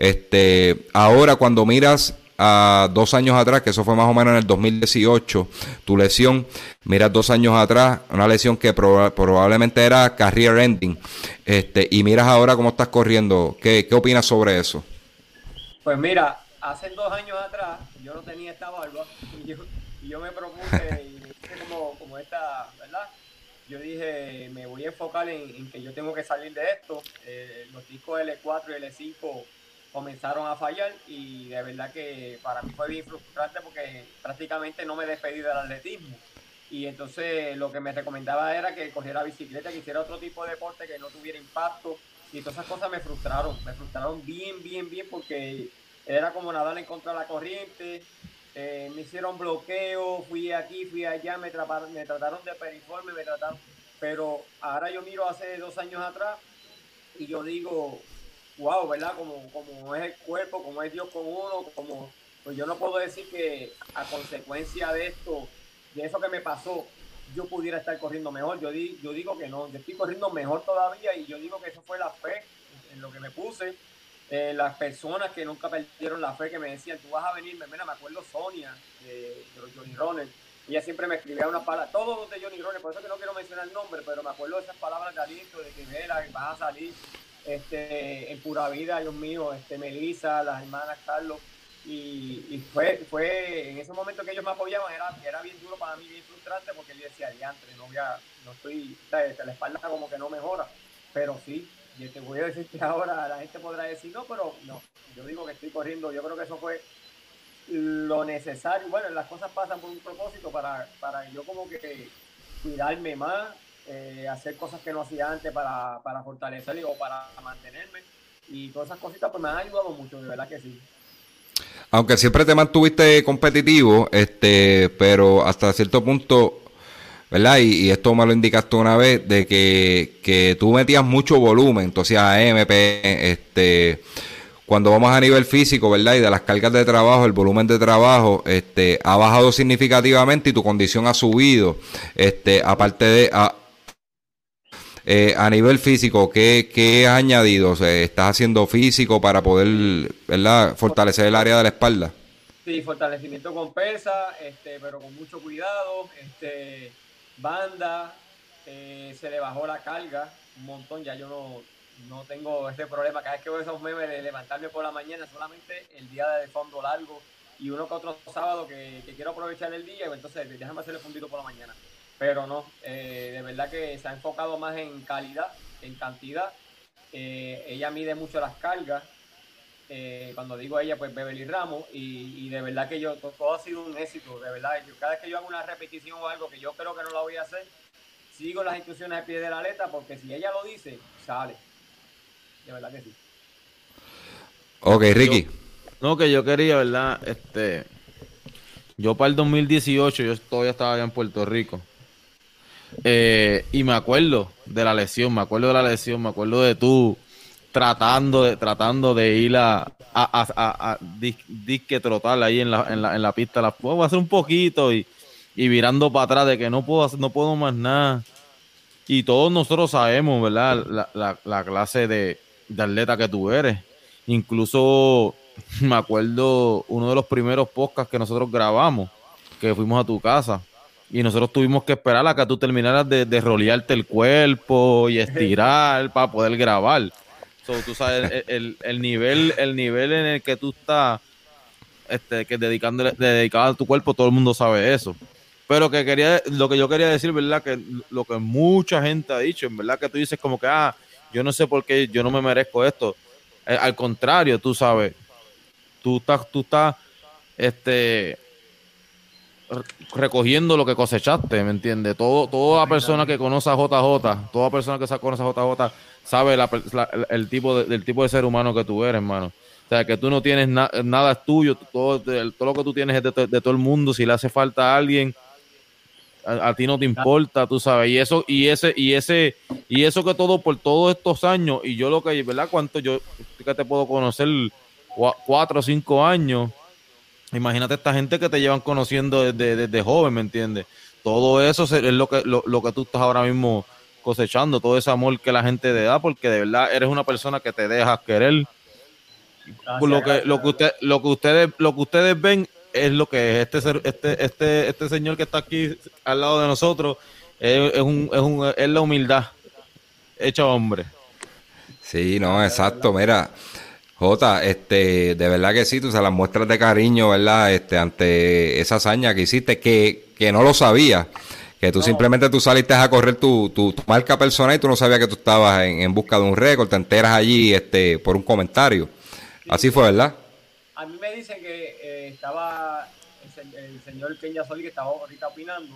Ahora cuando miras a 2 años atrás, que eso fue más o menos en el 2018, tu lesión, miras 2 años atrás, una lesión que probablemente era career ending, y miras ahora cómo estás corriendo. ¿Qué opinas sobre eso? Pues mira, hace 2 años atrás yo no tenía esta barba y yo me propuse y me hice como esta, ¿verdad? Yo dije, me voy a enfocar en que yo tengo que salir de esto. Los discos L4 y L5 comenzaron a fallar, y de verdad que para mí fue bien frustrante porque prácticamente no me despedí del atletismo. Y entonces lo que me recomendaba era que cogiera bicicleta, que hiciera otro tipo de deporte que no tuviera impacto, y todas esas cosas me frustraron bien, porque era como nadar en contra de la corriente. Me hicieron bloqueo, fui aquí, fui allá, me trataron de periforme, pero ahora yo miro hace 2 años atrás y yo digo, wow, ¿verdad? Como es el cuerpo, como es Dios con uno, pues yo no puedo decir que a consecuencia de esto, de eso que me pasó, yo pudiera estar corriendo mejor. Yo digo que no, yo estoy corriendo mejor todavía, y yo digo que eso fue la fe en lo que me puse. Las personas que nunca perdieron la fe, que me decían, tú vas a venir, me acuerdo Sonia, de los Johnny Runner, ella siempre me escribía unas palabras, todos los de Johnny Runner, por eso que no quiero mencionar el nombre, pero me acuerdo de esas palabras de aliento, de que mira, vas a salir en Pura Vida, Dios mío, Melissa, las hermanas Carlos, y fue en ese momento que ellos me apoyaban, era bien duro para mí, bien frustrante, porque yo decía, diantre, no estoy, la espalda como que no mejora, pero sí. Y te voy a decir que ahora la gente podrá decir no, pero no, yo digo que estoy corriendo. Yo creo que eso fue lo necesario. Bueno, las cosas pasan por un propósito para yo como que cuidarme más, hacer cosas que no hacía antes para fortalecerme o para mantenerme. Y todas esas cositas pues me han ayudado mucho, de verdad que sí. Aunque siempre te mantuviste competitivo, pero hasta cierto punto, ¿verdad? Y esto me lo indicaste una vez, de que tú metías mucho volumen, entonces a MP, cuando vamos a nivel físico, ¿verdad? Y de las cargas de trabajo, el volumen de trabajo, ha bajado significativamente y tu condición ha subido, aparte de, a nivel físico, ¿qué has añadido? O sea, ¿estás haciendo físico para poder, ¿verdad? Fortalecer el área de la espalda? Sí, fortalecimiento con pesa, pero con mucho cuidado, banda, se le bajó la carga un montón, ya yo no tengo ese problema. Cada vez que veo esos memes de levantarme por la mañana, solamente el día de fondo largo, y uno que otro sábado que quiero aprovechar el día, pues entonces déjame hacerle fundito por la mañana. Pero no, de verdad que se ha enfocado más en calidad, en cantidad. Ella mide mucho las cargas. Cuando digo ella, pues Beverly Ramos, y de verdad que todo ha sido un éxito, de verdad. Cada vez que yo hago una repetición o algo que yo creo que no la voy a hacer, sigo las instrucciones al pie de la letra, porque si ella lo dice, sale. De verdad que sí. Ok, Ricky. Que yo quería, ¿verdad? Yo para el 2018 yo todavía estaba allá en Puerto Rico. Y me acuerdo de la lesión, me acuerdo de tú tratando de ir a disque trotar ahí en la pista. Puedo hacer un poquito y virando para atrás de que no puedo más nada. Y todos nosotros sabemos, ¿verdad? La clase de atleta que tú eres. Incluso me acuerdo uno de los primeros podcasts que nosotros grabamos, que fuimos a tu casa. Y nosotros tuvimos que esperar a que tú terminaras de rolearte el cuerpo y estirar para poder grabar. Tú sabes, el nivel en el que tú estás que dedicado a tu cuerpo, todo el mundo sabe eso. Pero lo que yo quería decir, ¿verdad? Que lo que mucha gente ha dicho, en verdad que tú dices como que, yo no sé por qué yo no me merezco esto. Al contrario, tú sabes, tú estás, recogiendo lo que cosechaste, ¿me entiendes? Toda persona que conoce a JJ, toda persona que conoce a JJ sabe el tipo de ser humano que tú eres, hermano. O sea, que tú no tienes nada es tuyo, todo lo que tú tienes es de todo el mundo. Si le hace falta a alguien, a ti no te importa, tú sabes. Y eso que todo por todos estos años, y yo lo que, ¿verdad? Cuánto yo que te puedo conocer, 4 o 5 años. Imagínate esta gente que te llevan conociendo desde joven, ¿me entiendes? Todo eso es lo que tú estás ahora mismo cosechando, todo ese amor que la gente te da, porque de verdad eres una persona que te dejas querer. Lo que ustedes ven es lo que es este señor que está aquí al lado de nosotros, es la humildad hecha hombre. Sí, no, exacto, mira. Jota, de verdad que sí, tú sabes, las muestras de cariño, ¿verdad? Ante esa hazaña que hiciste, que no lo sabías, que tú simplemente tú saliste a correr tu marca personal y tú no sabías que tú estabas en busca de un récord, te enteras allí, por un comentario. Sí, así fue, ¿verdad? A mí me dicen que estaba el señor Kenya Soli, que estaba ahorita opinando,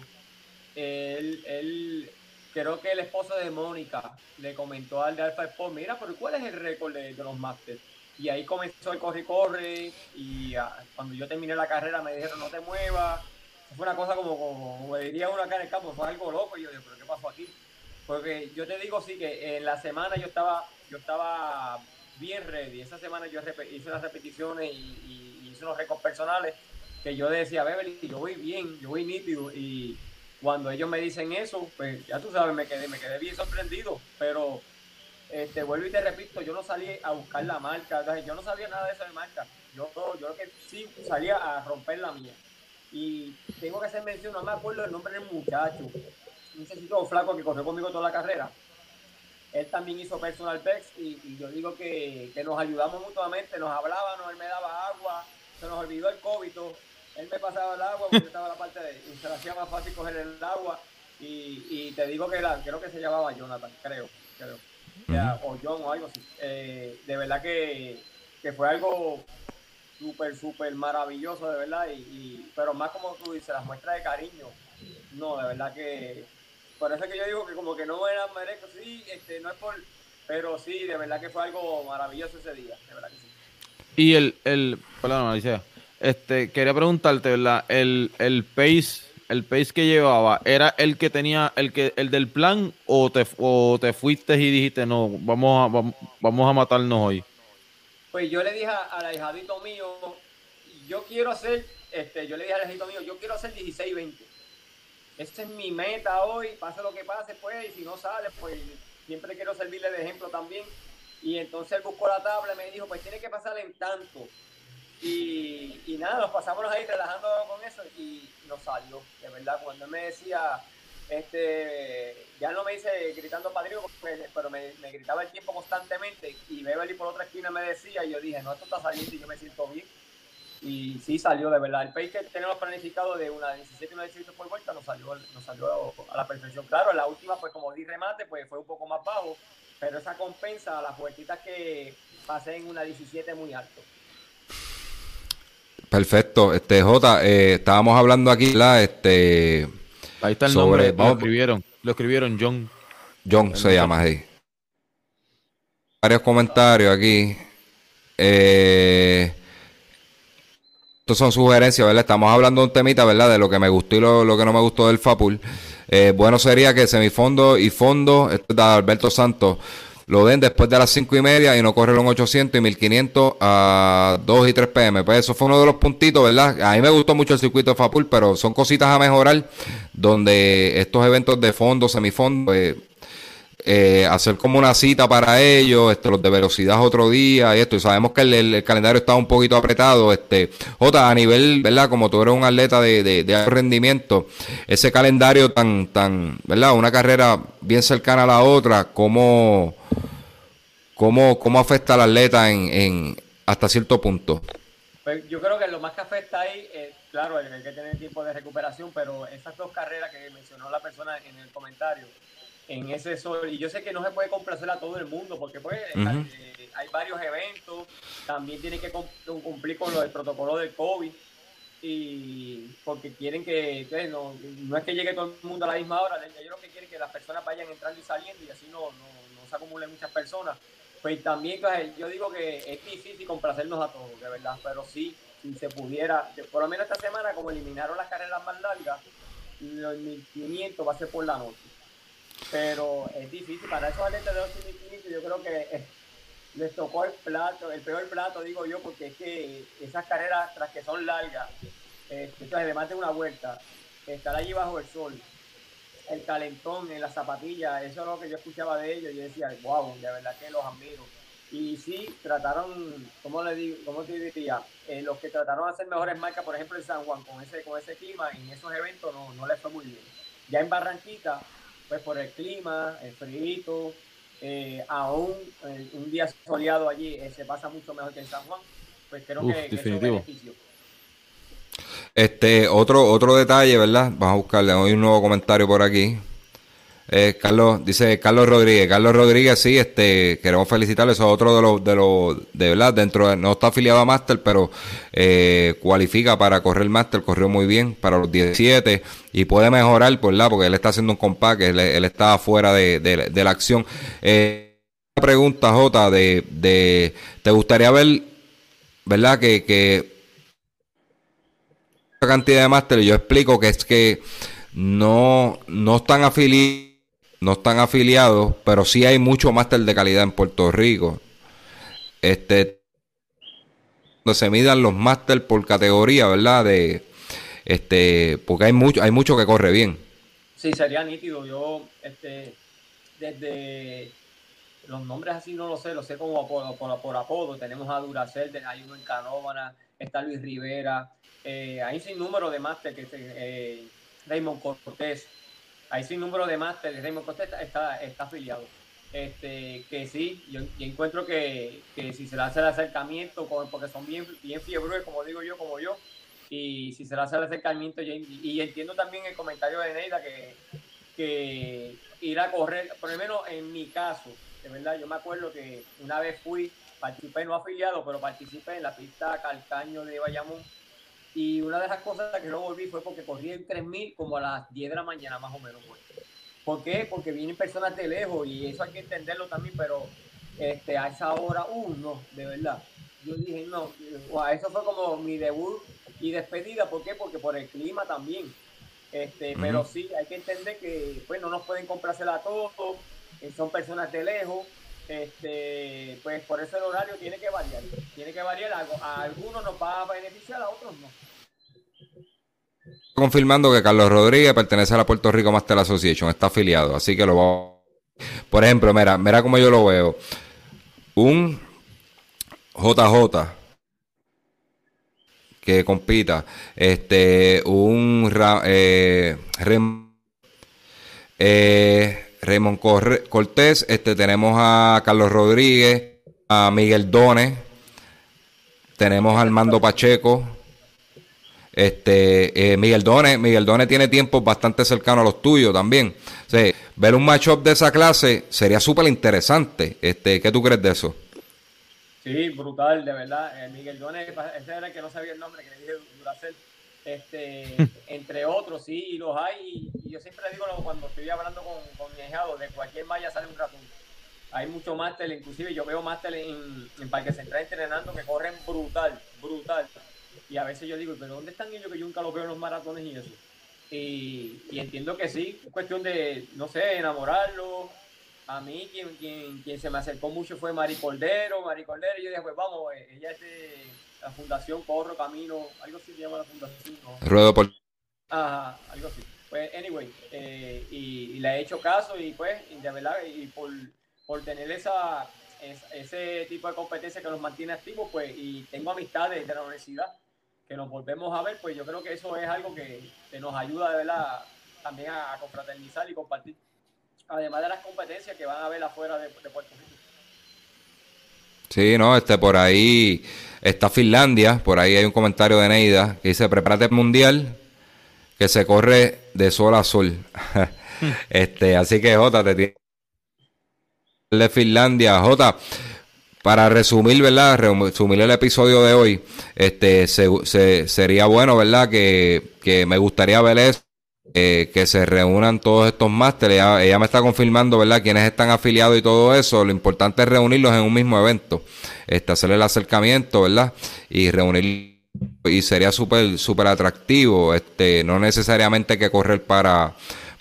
él creo que el esposo de Mónica le comentó al de Alpha Sport, mira, pero ¿cuál es el récord de los Masters? Y ahí comenzó el corre, y cuando yo terminé la carrera me dijeron, no te muevas. Fue una cosa como diría uno acá en el campo, fue algo loco. Y yo dije, ¿pero qué pasó aquí? Porque yo te digo, sí, que en la semana yo estaba bien ready. Esa semana yo hice las repeticiones y hice unos récords personales que yo decía, Beverly, yo voy bien, yo voy nítido. Y cuando ellos me dicen eso, pues ya tú sabes, me quedé bien sorprendido. Pero vuelvo y te repito, yo no salí a buscar la marca, yo no sabía nada de eso de marca. Yo lo que sí salía a romper la mía. Y tengo que hacer mención, no me acuerdo el nombre del muchacho, un muchachito flaco que corrió conmigo toda la carrera. Él también hizo personal best y yo digo que nos ayudamos mutuamente, nos hablábamos, él me daba agua, se nos olvidó el COVID, él me pasaba el agua porque yo estaba en la parte y se le hacía más fácil coger el agua. Y te digo que creo que se llamaba Jonathan, creo. O John o algo así. De verdad que fue algo súper maravilloso, de verdad, pero más como tú dices, las muestras de cariño, no, de verdad que, por eso es que yo digo que como que no era merezco, sí, no es por, pero sí, de verdad que fue algo maravilloso ese día, de verdad que sí. Y perdón, Alicia, quería preguntarte, ¿verdad? El pace que llevaba, ¿era el que tenía, el del plan, o te fuiste y dijiste, no, vamos a matarnos hoy? Pues yo le dije al ahijadito mío, yo quiero hacer, yo le dije al ahijadito mío, yo quiero hacer 16-20. Esa es mi meta hoy, pase lo que pase, pues, y si no sale, pues siempre quiero servirle de ejemplo también. Y entonces él buscó la tabla y me dijo, pues tiene que pasar en tanto. Y nada, nos pasamos ahí relajando con eso y nos salió. De verdad, cuando él me decía, ya no me dice gritando padrino, pero me gritaba el tiempo constantemente, y Beverly por otra esquina me decía, y yo dije, no, esto está saliendo y yo me siento bien. Y sí salió de verdad. El pace que tenemos planificado de una 17 y una 18 por vuelta nos salió a la perfección. Claro, en la última, pues como di remate, pues fue un poco más bajo, pero esa compensa a las vueltitas que pasé en una 17 muy alto. Perfecto. Jota, estábamos hablando aquí, ¿verdad? Ahí está el sobre, nombre, lo escribieron John se llama ahí. Varios comentarios aquí. Estos son sugerencias, ¿verdad? Estamos hablando de un temita, ¿verdad? De lo que me gustó y lo que no me gustó del Fapul. Bueno sería que semifondo y fondo, esto es de Alberto Santos, lo den después de las 5:30 y no correr un 800 y 1500 a 2 y 3 pm. Pues eso fue uno de los puntitos, ¿verdad? A mí me gustó mucho el circuito de Fapul, pero son cositas a mejorar, donde estos eventos de fondo, semifondo, hacer como una cita para ellos, los de velocidad otro día y esto, y sabemos que el calendario está un poquito apretado, Jota, a nivel, ¿verdad? Como tú eres un atleta de alto rendimiento, ese calendario tan, ¿verdad? Una carrera bien cercana a la otra, ¿cómo afecta al atleta en hasta cierto punto? Pues yo creo que lo más que afecta ahí, claro, hay que tener tiempo de recuperación, pero esas dos carreras que mencionó la persona en el comentario, en ese sol, y yo sé que no se puede complacer a todo el mundo, porque pues hay varios eventos, también tienen que cumplir con el protocolo del COVID, y porque quieren que no es que llegue todo el mundo a la misma hora, ellos lo que quieren es que las personas vayan entrando y saliendo, y así no se acumulen muchas personas. Pues también yo digo que es difícil complacernos a todos, de verdad, pero sí, si se pudiera, por lo menos esta semana, como eliminaron las carreras más largas, los 1500 va a ser por la noche. Pero es difícil para esos atletas de 8.500, yo creo que les tocó el peor plato, digo yo, porque es que esas carreras, tras que son largas, entonces además de una vuelta, estar allí bajo el sol, el calentón en las zapatillas, eso es lo que yo escuchaba de ellos, y yo decía, wow, de verdad que los admiro. Y sí, trataron, ¿cómo te diría? Los que trataron de hacer mejores marcas, por ejemplo en San Juan, con ese clima, en esos eventos no les fue muy bien. Ya en Barranquita, pues por el clima, el frío, aún un día soleado allí se pasa mucho mejor que en San Juan, pues creo que eso es un beneficio. Otro detalle, ¿verdad? Vamos a buscarle hoy un nuevo comentario por aquí. Dice Carlos Rodríguez, sí, queremos felicitarle, eso es otro de verdad, no está afiliado a Master, pero cualifica para correr Master, corrió muy bien para los 17 y puede mejorar, ¿verdad? Porque él está haciendo un compact, él está fuera de la acción. Una pregunta, Jota, ¿te gustaría ver, ¿verdad? Que cantidad de Master, yo explico que es que no están afiliados, pero sí hay mucho máster de calidad en Puerto Rico. Donde se midan los máster por categoría, ¿verdad? Porque hay mucho que corre bien. Sí, sería nítido. Yo, desde los nombres así no lo sé como por apodo. Tenemos a Duracell, hay uno en Canóvana, está Luis Rivera, hay sin número de máster que Raymond Cortés. Hay sin número de máster, Raymond Cortés está afiliado. Que sí, yo encuentro que si se le hace el acercamiento, porque son bien fiebrudos, como digo yo, como yo, y si se le hace el acercamiento, y entiendo también el comentario de Neida que ir a correr, por lo menos en mi caso, de verdad, yo me acuerdo que una vez participé no afiliado, pero participé en la pista Calcaño de Bayamón. Y una de las cosas que no volví fue porque corrí en 3000 como a las 10 de la mañana más o menos. ¿Por qué? Porque vienen personas de lejos y eso hay que entenderlo también, pero a esa hora, no, de verdad. Yo dije, no, eso fue como mi debut y despedida. ¿Por qué? Porque por el clima también. Pero sí, hay que entender que pues no nos pueden complacer a todos, son personas de lejos. Pues por eso el horario tiene que variar, a algunos nos va a beneficiar, a otros no. Confirmando que Carlos Rodríguez pertenece a la Puerto Rico Master Association, está afiliado, así que lo vamos. Por ejemplo, mira cómo yo lo veo. Un JJ que compita, un Raymond Cortés, tenemos a Carlos Rodríguez, a Miguel Dones, tenemos a Armando Pacheco, Miguel Done tiene tiempos bastante cercanos a los tuyos también. O sea, ver un matchup de esa clase sería súper interesante. ¿Qué tú crees de eso? Sí, brutal, de verdad. Miguel Done, ese era el que no sabía el nombre, que le dije Duracell. Entre otros, sí, y los hay. Y yo siempre digo cuando estoy hablando con mi hijado, de cualquier malla sale un ratón. Hay mucho máster, inclusive yo veo máster en Parque Central entrenando que corren brutal. Y a veces yo digo, ¿pero dónde están ellos que yo nunca los veo en los maratones y eso? Y entiendo que sí, es cuestión de, no sé, enamorarlos. A mí quien se me acercó mucho fue Mari Cordero, y yo dije, pues vamos, ella es de la Fundación Corro Camino, algo así se llama la fundación, ¿no? Ruedo por... Ajá, algo así. Pues, anyway, y le he hecho caso y pues, de verdad, y por tener ese tipo de competencia que nos mantiene activos, pues, y tengo amistades de la universidad que nos volvemos a ver, pues yo creo que eso es algo que nos ayuda de verdad también a confraternizar y compartir, además de las competencias que van a haber afuera de Puerto Rico. Sí, no, por ahí está Finlandia, por ahí hay un comentario de Neida que dice, prepárate al mundial que se corre de sol a sol. Así que Jota, te tiene de Finlandia. Jota, para resumir, ¿verdad? Resumir el episodio de hoy, sería bueno, ¿verdad? Que me gustaría ver eso, que se reúnan todos estos másteres. Ella me está confirmando, ¿verdad? Quienes están afiliados y todo eso. Lo importante es reunirlos en un mismo evento, hacer el acercamiento, ¿verdad? Y reunir, y sería súper atractivo, no necesariamente que correr para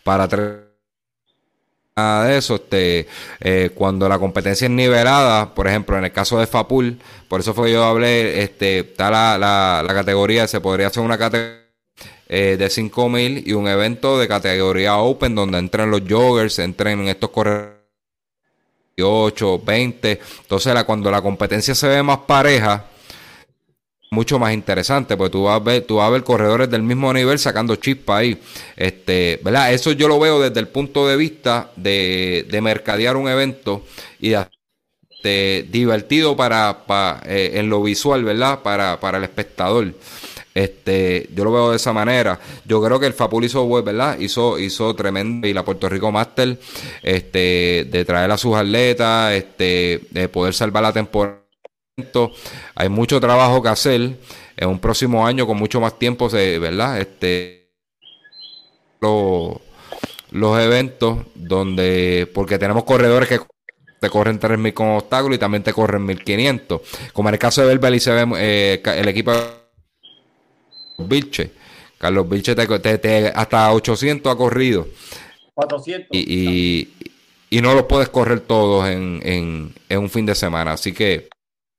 nada de eso, cuando la competencia es nivelada, por ejemplo, en el caso de FAPUL, por eso fue que yo hablé, está la categoría, se podría hacer una categoría de 5,000 y un evento de categoría Open donde entren los joggers, entren estos corredores 8, 20, entonces cuando la competencia se ve más pareja, mucho más interesante, porque tú vas a ver corredores del mismo nivel sacando chispa ahí, ¿verdad? Eso yo lo veo desde el punto de vista de mercadear un evento y de divertido en lo visual, ¿verdad? Para el espectador. Yo lo veo de esa manera. Yo creo que el FAPUL hizo, ¿verdad? Hizo tremendo, y la Puerto Rico Master, de traer a sus atletas, de poder salvar la temporada. Hay mucho trabajo que hacer en un próximo año con mucho más tiempo, ¿verdad? Los eventos porque tenemos corredores que te corren 3,000 con obstáculos y también te corren 1,500, como en el caso de Belbel, se ve el equipo de Vilche. Carlos Vilche hasta 800 ha corrido 400 y no los puedes correr todos en un fin de semana, así que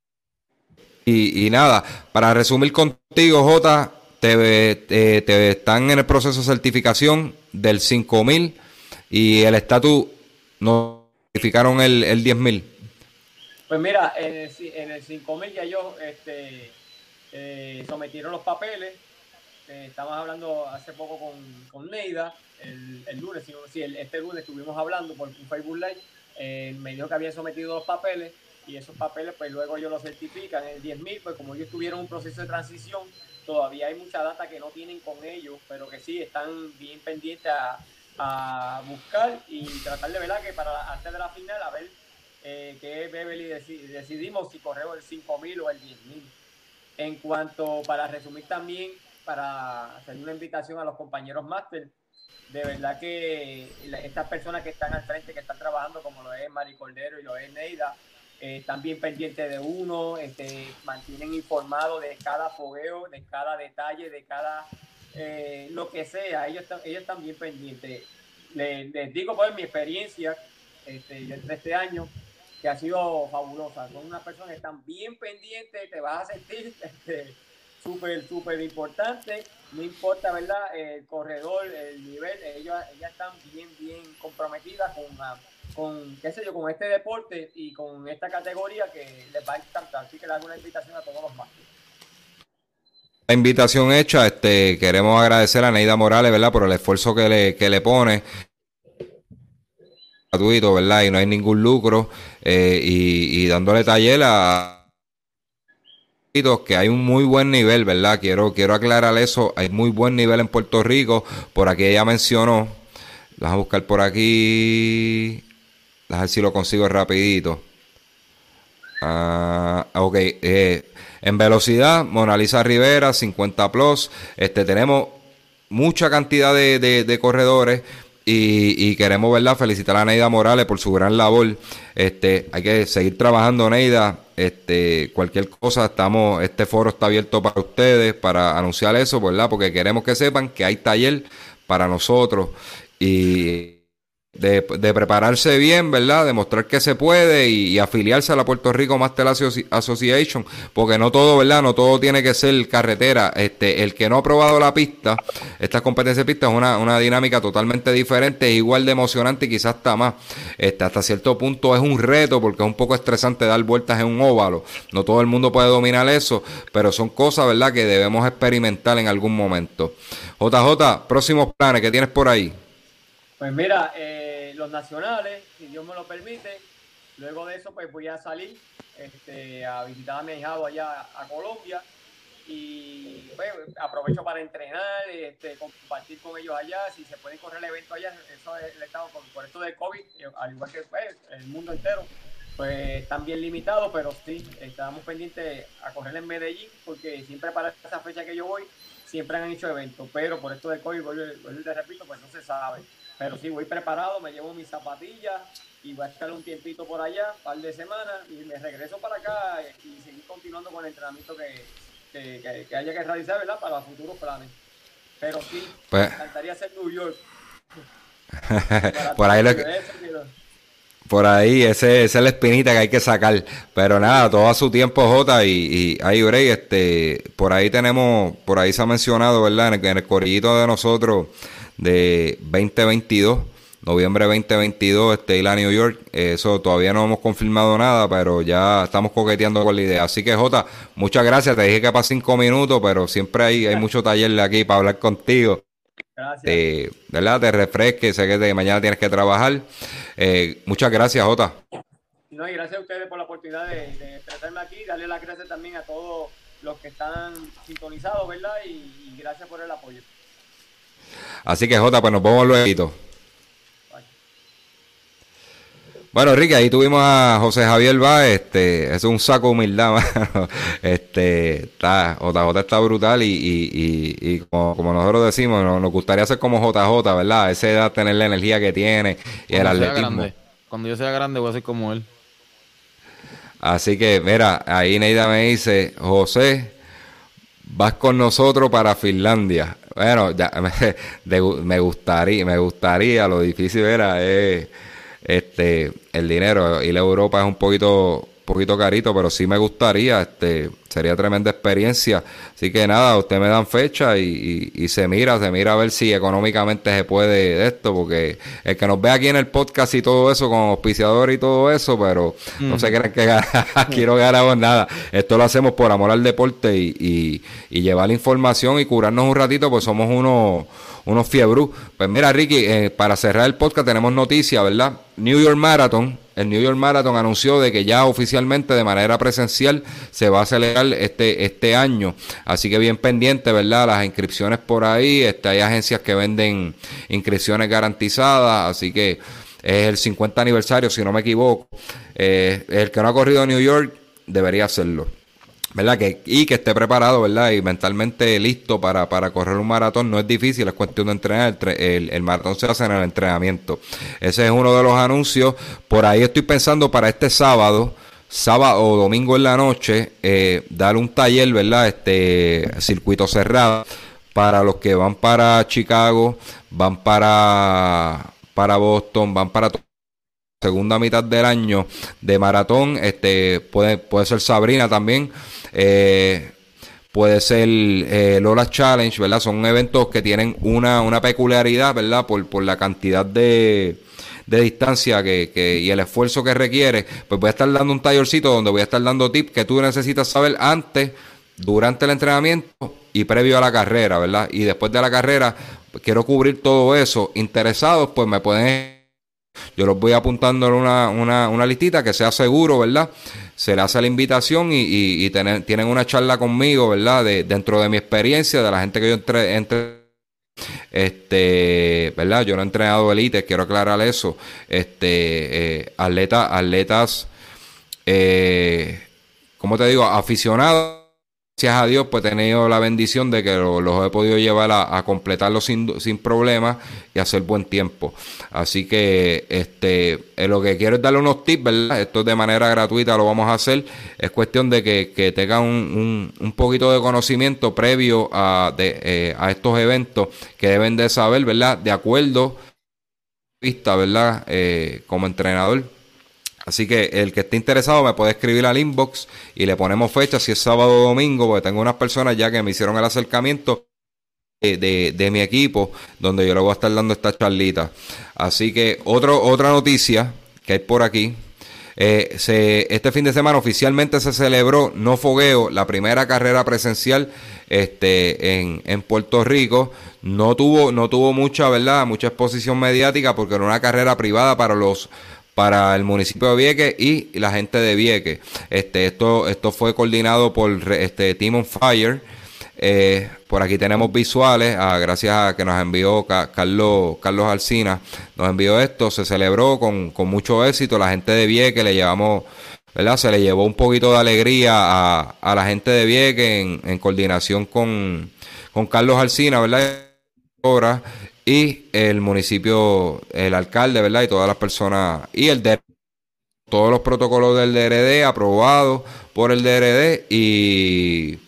y nada, para resumir contigo, Jota, te están en el proceso de certificación del 5,000 y el estatus notificaron el 10,000. Pues mira, en el 5,000 ya ellos sometieron los papeles. Estábamos hablando hace poco con Neida, el lunes, este lunes estuvimos hablando por un Facebook Live, me dijo que habían sometido los papeles. Y esos papeles, pues luego ellos los certifican en el 10,000, pues como ellos tuvieron un proceso de transición, todavía hay mucha data que no tienen con ellos, pero que sí están bien pendientes a buscar y tratar de ver que para antes de la final, a ver qué Beverly decidimos si corremos el 5,000 o el 10,000. En cuanto, para resumir también, para hacer una invitación a los compañeros máster, de verdad que estas personas que están al frente, que están trabajando, como lo es Mari Cordero y lo es Neida, están bien pendientes de uno, mantienen informado de cada fogueo, de cada detalle, de cada lo que sea. Ellos están bien pendientes. Les digo pues mi experiencia de este año, que ha sido fabulosa. Son unas personas que están bien pendientes, te vas a sentir súper importante. No importa, ¿verdad? El corredor, el nivel, ellas están bien comprometidas qué sé yo, con este deporte y con esta categoría que les va a encantar. Así que le hago una invitación a todos los másteres. La invitación hecha, queremos agradecer a Neida Morales, ¿verdad? Por el esfuerzo que le pone, gratuito, ¿verdad? Y no hay ningún lucro, y dándole taller que hay un muy buen nivel, ¿verdad? Quiero aclarar eso. Hay muy buen nivel en Puerto Rico. Por aquí ella mencionó. Las voy a buscar por aquí. A ver si lo consigo rapidito. Ok. En velocidad, Mona Lisa Rivera, 50 plus. Tenemos mucha cantidad de corredores. Y queremos, ¿verdad?, felicitar a Neida Morales por su gran labor. Hay que seguir trabajando, Neida. Cualquier cosa, este foro está abierto para ustedes, para anunciar eso, ¿verdad? Porque queremos que sepan que hay taller para nosotros y de prepararse bien, ¿verdad? Demostrar que se puede y afiliarse a la Puerto Rico Master Association, porque no todo, ¿verdad? No todo tiene que ser carretera. El que no ha probado la pista, estas competencias de pista es una dinámica totalmente diferente, igual de emocionante y quizás hasta más. Hasta cierto punto es un reto porque es un poco estresante dar vueltas en un óvalo. No todo el mundo puede dominar eso, pero son cosas, ¿verdad?, que debemos experimentar en algún momento. JJ, próximos planes, ¿qué tienes por ahí? Pues mira, los nacionales, si Dios me lo permite, luego de eso pues voy a salir a visitar a mi hijado allá a Colombia y pues, aprovecho para entrenar, compartir con ellos allá, si se pueden correr el evento allá, eso es el estado por esto del COVID, al igual que pues, el mundo entero, pues están bien limitados, pero sí, estamos pendientes a correr en Medellín, porque siempre para esa fecha que yo voy, siempre han hecho eventos, pero por esto del COVID, te repito, pues no se sabe. Pero sí, voy preparado, me llevo mis zapatillas y voy a estar un tiempito por allá, un par de semanas, y me regreso para acá y seguir continuando con el entrenamiento que haya que realizar, ¿verdad?, para futuros planes. Pero sí, pues, me encantaría hacer New York. Por ahí, esa es la espinita que hay que sacar. Pero nada, todo a su tiempo, Jota, y ahí, break, por ahí se ha mencionado, ¿verdad?, en el corillito de nosotros, de 2022, noviembre 2022, ir a New York. Eso todavía no hemos confirmado nada, pero ya estamos coqueteando con la idea. Así que, Jota, muchas gracias. Te dije que para 5 minutos, pero siempre hay mucho taller de aquí para hablar contigo. Gracias. ¿Verdad? Te refresques, sé que mañana tienes que trabajar. Muchas gracias, Jota. No, y gracias a ustedes por la oportunidad de expresarme aquí. Darle las gracias también a todos los que están sintonizados, ¿verdad? Y gracias por el apoyo. Así que, Jota, pues nos vemos luego. Bueno, Ricky, ahí tuvimos a José Javier Báez, es un saco de humildad, mano. JJ está brutal y como nosotros decimos, nos gustaría ser como JJ, ¿verdad? A esa edad tener la energía que tiene y el atletismo. Cuando yo sea grande voy a ser como él. Así que, mira, ahí Neida me dice, José, vas con nosotros para Finlandia. Bueno, ya me gustaría, lo difícil era el dinero, ir a Europa es un poquito carito, pero sí me gustaría, sería tremenda experiencia. Así que nada, ustedes me dan fecha y se mira a ver si económicamente se puede de esto, porque el que nos ve aquí en el podcast y todo eso, con auspiciador y todo eso, pero no se creen que quiero ganar nada. Esto lo hacemos por amor al deporte y llevar información y curarnos un ratito, pues somos unos fiebrú. Pues mira, Ricky, para cerrar el podcast tenemos noticias, ¿verdad? El New York Marathon anunció de que ya oficialmente de manera presencial se va a celebrar este año, así que bien pendiente, ¿verdad? Las inscripciones por ahí, hay agencias que venden inscripciones garantizadas, así que es el 50 aniversario, si no me equivoco. El que no ha corrido a New York debería hacerlo, ¿verdad? Y que esté preparado, ¿verdad? Y mentalmente listo para correr un maratón. No es difícil, es cuestión de entrenar. El maratón se hace en el entrenamiento. Ese es uno de los anuncios. Por ahí estoy pensando para este sábado o domingo en la noche, dar un taller, ¿verdad? Circuito cerrado para los que van para Chicago, van para Boston, van para segunda mitad del año de maratón. Puede ser Sabrina también, puede ser Lola Challenge, ¿verdad? Son eventos que tienen una peculiaridad, ¿verdad? Por la cantidad de distancia y el esfuerzo que requiere. Pues voy a estar dando un tallercito donde voy a estar dando tips que tú necesitas saber antes, durante el entrenamiento y previo a la carrera, ¿verdad? Y después de la carrera, pues, quiero cubrir todo eso. Interesados, pues me pueden... Yo los voy apuntando en una listita que sea seguro, ¿verdad? se le hace la invitación y tienen una charla conmigo, ¿verdad? Dentro de mi experiencia, de la gente que yo entre ¿verdad? Yo no he entrenado élite, quiero aclarar eso. Atletas, ¿cómo te digo? Aficionados. Gracias a Dios, pues he tenido la bendición de que los he podido llevar a completarlo sin problemas y hacer buen tiempo. Así que lo que quiero es darle unos tips, ¿verdad? Esto de manera gratuita lo vamos a hacer. Es cuestión de que tengan un poquito de conocimiento previo a estos eventos que deben de saber, ¿verdad? De acuerdo a vista, ¿verdad? Como entrenador. Así que el que esté interesado me puede escribir al inbox y le ponemos fecha si es sábado o domingo, porque tengo unas personas ya que me hicieron el acercamiento de mi equipo, donde yo le voy a estar dando esta charlita. Así que otra noticia que hay por aquí. Este fin de semana oficialmente se celebró No Fogueo, la primera carrera presencial en Puerto Rico. No tuvo mucha exposición mediática porque era una carrera privada para el municipio de Vieques y la gente de Vieques. Esto fue coordinado por Team on Fire. Por aquí tenemos visuales, gracias a que nos envió Carlos Alsina, nos envió esto. Se celebró con mucho éxito. La gente de Vieques le llevamos, ¿verdad? Se le llevó un poquito de alegría a la gente de Vieques en coordinación con Carlos Alsina, ¿verdad? Y el municipio, el alcalde, ¿verdad? Y todas las personas, y todos los protocolos del DRD aprobados por el DRD, y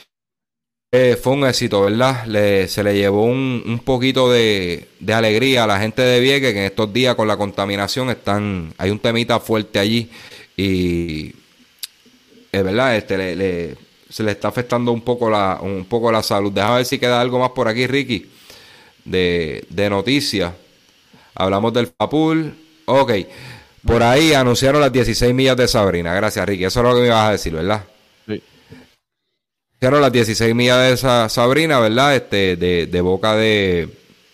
fue un éxito, ¿verdad? Se le llevó un poquito de alegría a la gente de Vieques, que en estos días con la contaminación hay un temita fuerte allí, y ¿verdad? Se le está afectando un poco la salud. Déjame ver si queda algo más por aquí, Ricky, de noticias. Hablamos del FAPUL. Ok, por ahí anunciaron las 16 millas de Sabrina. Gracias, Ricky, eso es lo que me ibas a decir, ¿verdad? Sí. Anunciaron las 16 millas de Sabrina, ¿verdad? De boca de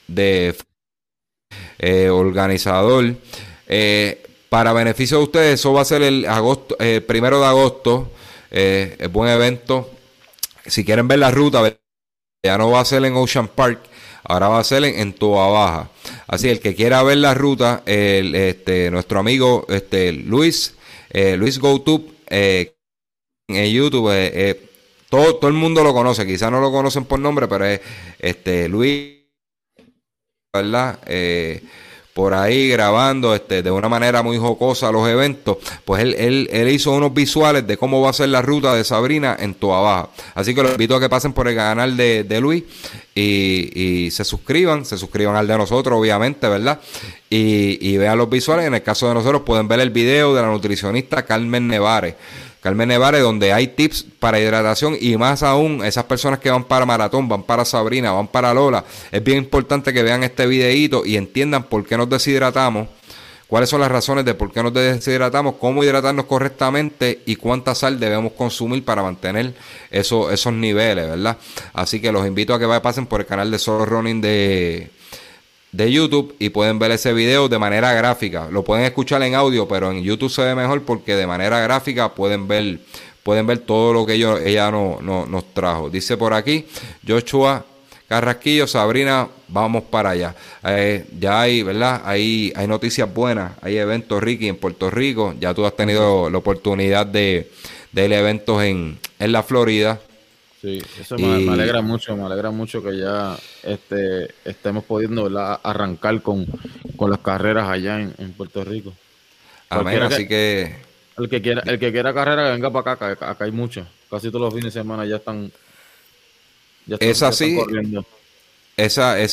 organizador. Para beneficio de ustedes, eso va a ser el 1 de agosto. Es buen evento. Si quieren ver la ruta, ya no va a ser en Ocean Park, ahora va a ser en Toa Baja. Así, el que quiera ver la ruta, nuestro amigo Luis GoTube, en YouTube, todo el mundo lo conoce, quizás no lo conocen por nombre, pero es Luis, ¿verdad? Por ahí grabando de una manera muy jocosa los eventos. Pues él hizo unos visuales de cómo va a ser la ruta de Sabrina en Toa Baja. Así que los invito a que pasen por el canal de Luis y se suscriban al de nosotros, obviamente, ¿verdad? Y vean los visuales. En el caso de nosotros pueden ver el video de la nutricionista Carmen Nevares, donde hay tips para hidratación, y más aún esas personas que van para Maratón, van para Sabrina, van para Lola. Es bien importante que vean este videíto y entiendan por qué nos deshidratamos, cuáles son las razones de por qué nos deshidratamos, cómo hidratarnos correctamente y cuánta sal debemos consumir para mantener esos niveles, ¿verdad? Así que los invito a que pasen por el canal de Solo Running de YouTube y pueden ver ese video de manera gráfica. Lo pueden escuchar en audio, pero en YouTube se ve mejor porque de manera gráfica pueden ver todo lo que ella nos trajo. Dice por aquí Joshua Carrasquillo: Sabrina, vamos para allá. Ya hay, ¿verdad? Hay noticias buenas, hay eventos, Ricky, en Puerto Rico. Ya tú has tenido la oportunidad de ir a eventos en la Florida. Sí, eso me alegra mucho que ya estemos pudiendo, ¿verdad?, arrancar con las carreras allá en Puerto Rico. Amén, así que el que quiera carrera, que venga para acá, que acá hay muchas. Casi todos los fines de semana ya están corriendo. Esa es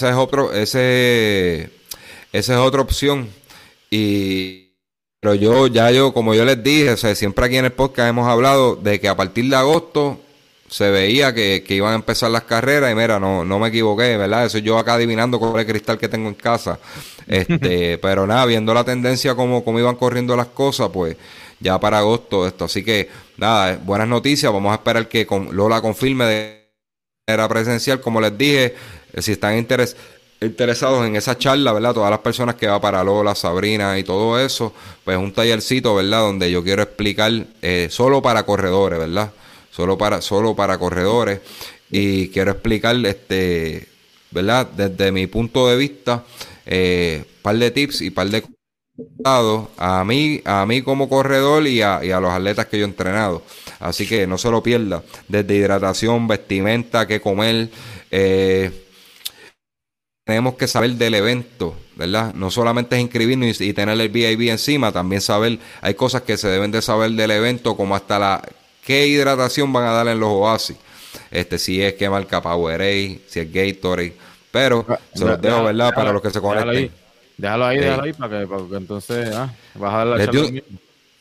otra opción. Pero yo, como yo les dije, o sea, siempre aquí en el podcast hemos hablado de que a partir de agosto se veía que iban a empezar las carreras, y mira, no me equivoqué, ¿verdad? Eso yo acá adivinando con el cristal que tengo en casa. Pero nada, viendo la tendencia como iban corriendo las cosas, pues ya para agosto esto. Así que nada, buenas noticias. Vamos a esperar que Lola confirme de manera presencial. Como les dije, si están interesados en esa charla, ¿verdad? Todas las personas que va para Lola, Sabrina y todo eso, pues un tallercito, ¿verdad? Donde yo quiero explicar solo para corredores, ¿verdad? Solo para corredores, y quiero explicar, ¿verdad? Desde mi punto de vista, par de tips y par de dados a mí como corredor y a los atletas que yo he entrenado. Así que no se lo pierda. Desde hidratación, vestimenta, qué comer, tenemos que saber del evento, ¿verdad? No solamente es inscribirnos y tener el VIP encima, también saber, hay cosas que se deben de saber del evento, como hasta qué hidratación van a dar en los oasis, si es que marca Powerade, si es Gatorade, pero se los dejo, ¿verdad? Para los que se conecten. Déjalo ahí para que entonces vas a dar la charla mismo.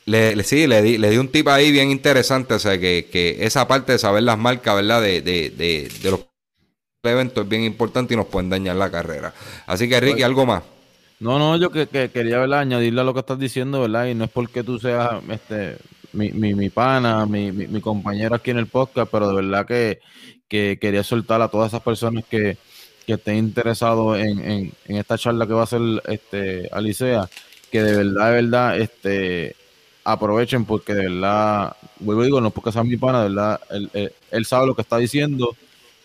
Le di un tip ahí bien interesante, o sea, que esa parte de saber las marcas, ¿verdad? De los evento es bien importante y nos pueden dañar la carrera. Así que, Ricky, ¿algo más? No, yo que quería, ¿verdad?, añadirle a lo que estás diciendo, ¿verdad? Y no es porque tú seas mi pana, mi compañero aquí en el podcast, pero de verdad que quería soltar a todas esas personas que estén interesados en esta charla que va a hacer Alicea, que de verdad, aprovechen, porque de verdad, vuelvo y digo, no es porque sea mi pana, de verdad, él sabe lo que está diciendo.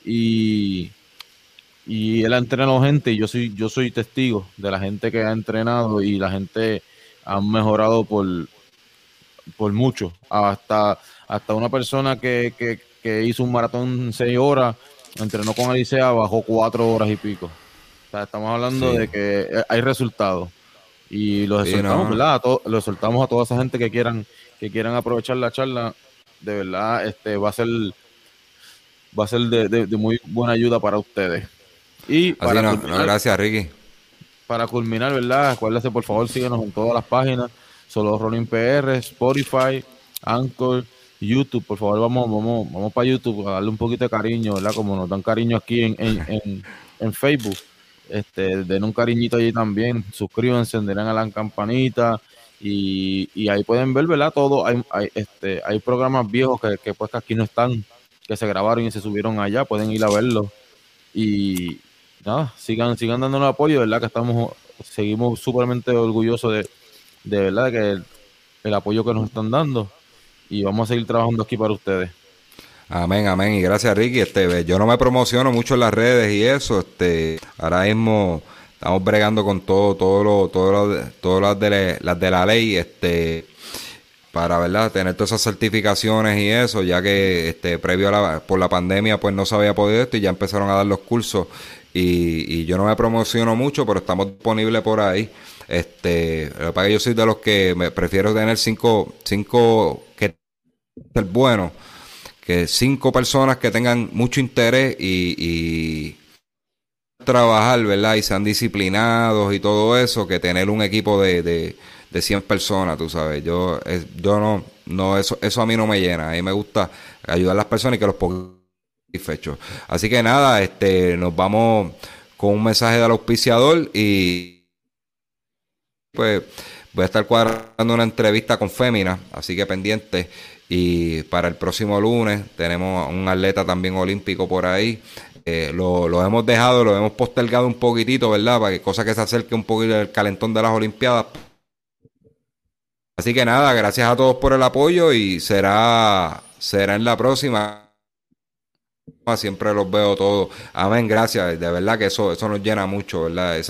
Y él ha entrenado gente, y yo soy testigo de la gente que ha entrenado, y la gente ha mejorado por mucho. Hasta una persona que hizo un maratón en 6 horas, entrenó con Alicea, bajó 4 horas y pico. O sea, estamos hablando de que hay resultados, y los soltamos, ¿verdad? Los soltamos a toda esa gente que quieran aprovechar la charla. De verdad, va a ser de muy buena ayuda para ustedes. Y para culminar, gracias, Ricky. Para culminar, ¿verdad? Acuérdense, por favor, síguenos en todas las páginas: Solo Running PR, Spotify, Anchor, YouTube. Por favor, vamos para YouTube a darle un poquito de cariño, ¿verdad? Como nos dan cariño aquí en Facebook. Den un cariñito allí también. Suscríbanse, denle a la campanita. Y ahí pueden ver, ¿verdad? Todo. Hay programas viejos que pues que aquí no están, que se grabaron y se subieron allá, pueden ir a verlo. Y nada, sigan dándonos apoyo, ¿verdad? Que seguimos súpermente orgullosos de verdad, que el apoyo que nos están dando, y vamos a seguir trabajando aquí para ustedes. Amén, y gracias, Ricky. Yo no me promociono mucho en las redes y eso, ahora mismo estamos bregando con todas las de la ley, para, ¿verdad?, tener todas esas certificaciones y eso, ya que previo por la pandemia pues no se había podido esto, y ya empezaron a dar los cursos, y yo no me promociono mucho, pero estamos disponibles por ahí. Para que yo soy de los que me prefiero tener 5 que ser bueno, que 5 personas que tengan mucho interés y trabajar, ¿verdad?, y sean disciplinados y todo eso, que tener un equipo de 100 personas, tú sabes. Yo no, eso a mí no me llena. A mí me gusta ayudar a las personas y que los pongan satisfechos. Así que nada, nos vamos con un mensaje del auspiciador, y pues voy a estar cuadrando una entrevista con Fémina, así que pendiente. Y para el próximo lunes tenemos un atleta también olímpico por ahí. Lo hemos postergado un poquitito, ¿verdad? Para que cosa que se acerque un poquito el calentón de las Olimpiadas. Así que nada, gracias a todos por el apoyo, y será en la próxima. Siempre los veo todos. Amén, gracias. De verdad que eso nos llena mucho, ¿verdad?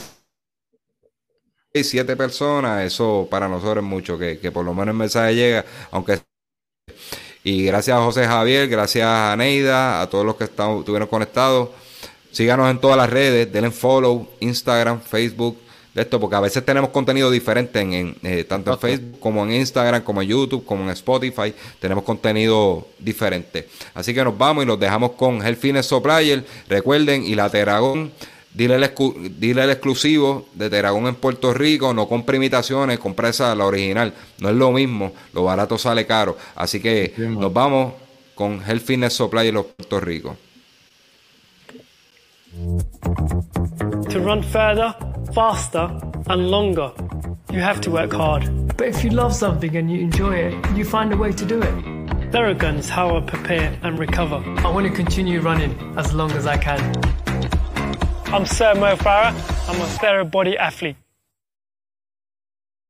7 personas, eso para nosotros es mucho, que por lo menos el mensaje llega, aunque. Y gracias a José Javier, gracias a Neida, a todos los que estuvieron conectados. Síganos en todas las redes, denle follow, Instagram, Facebook, porque a veces tenemos contenido diferente tanto en Facebook como en Instagram, como en YouTube, como en Spotify. Tenemos contenido diferente. Así que nos vamos y los dejamos con Health Fitness Supplier. Recuerden, y la Teragón, dile el exclusivo de Teragón en Puerto Rico. No compre imitaciones, compra la original. No es lo mismo, lo barato sale caro. Así que nos vamos con Health Fitness Supplier de Puerto Rico. To run further, faster, and longer, you have to work hard. But if you love something and you enjoy it, you find a way to do it. Theragun is how I prepare and recover. I want to continue running as long as I can. I'm Sir Mo Farah. I'm a therabody athlete.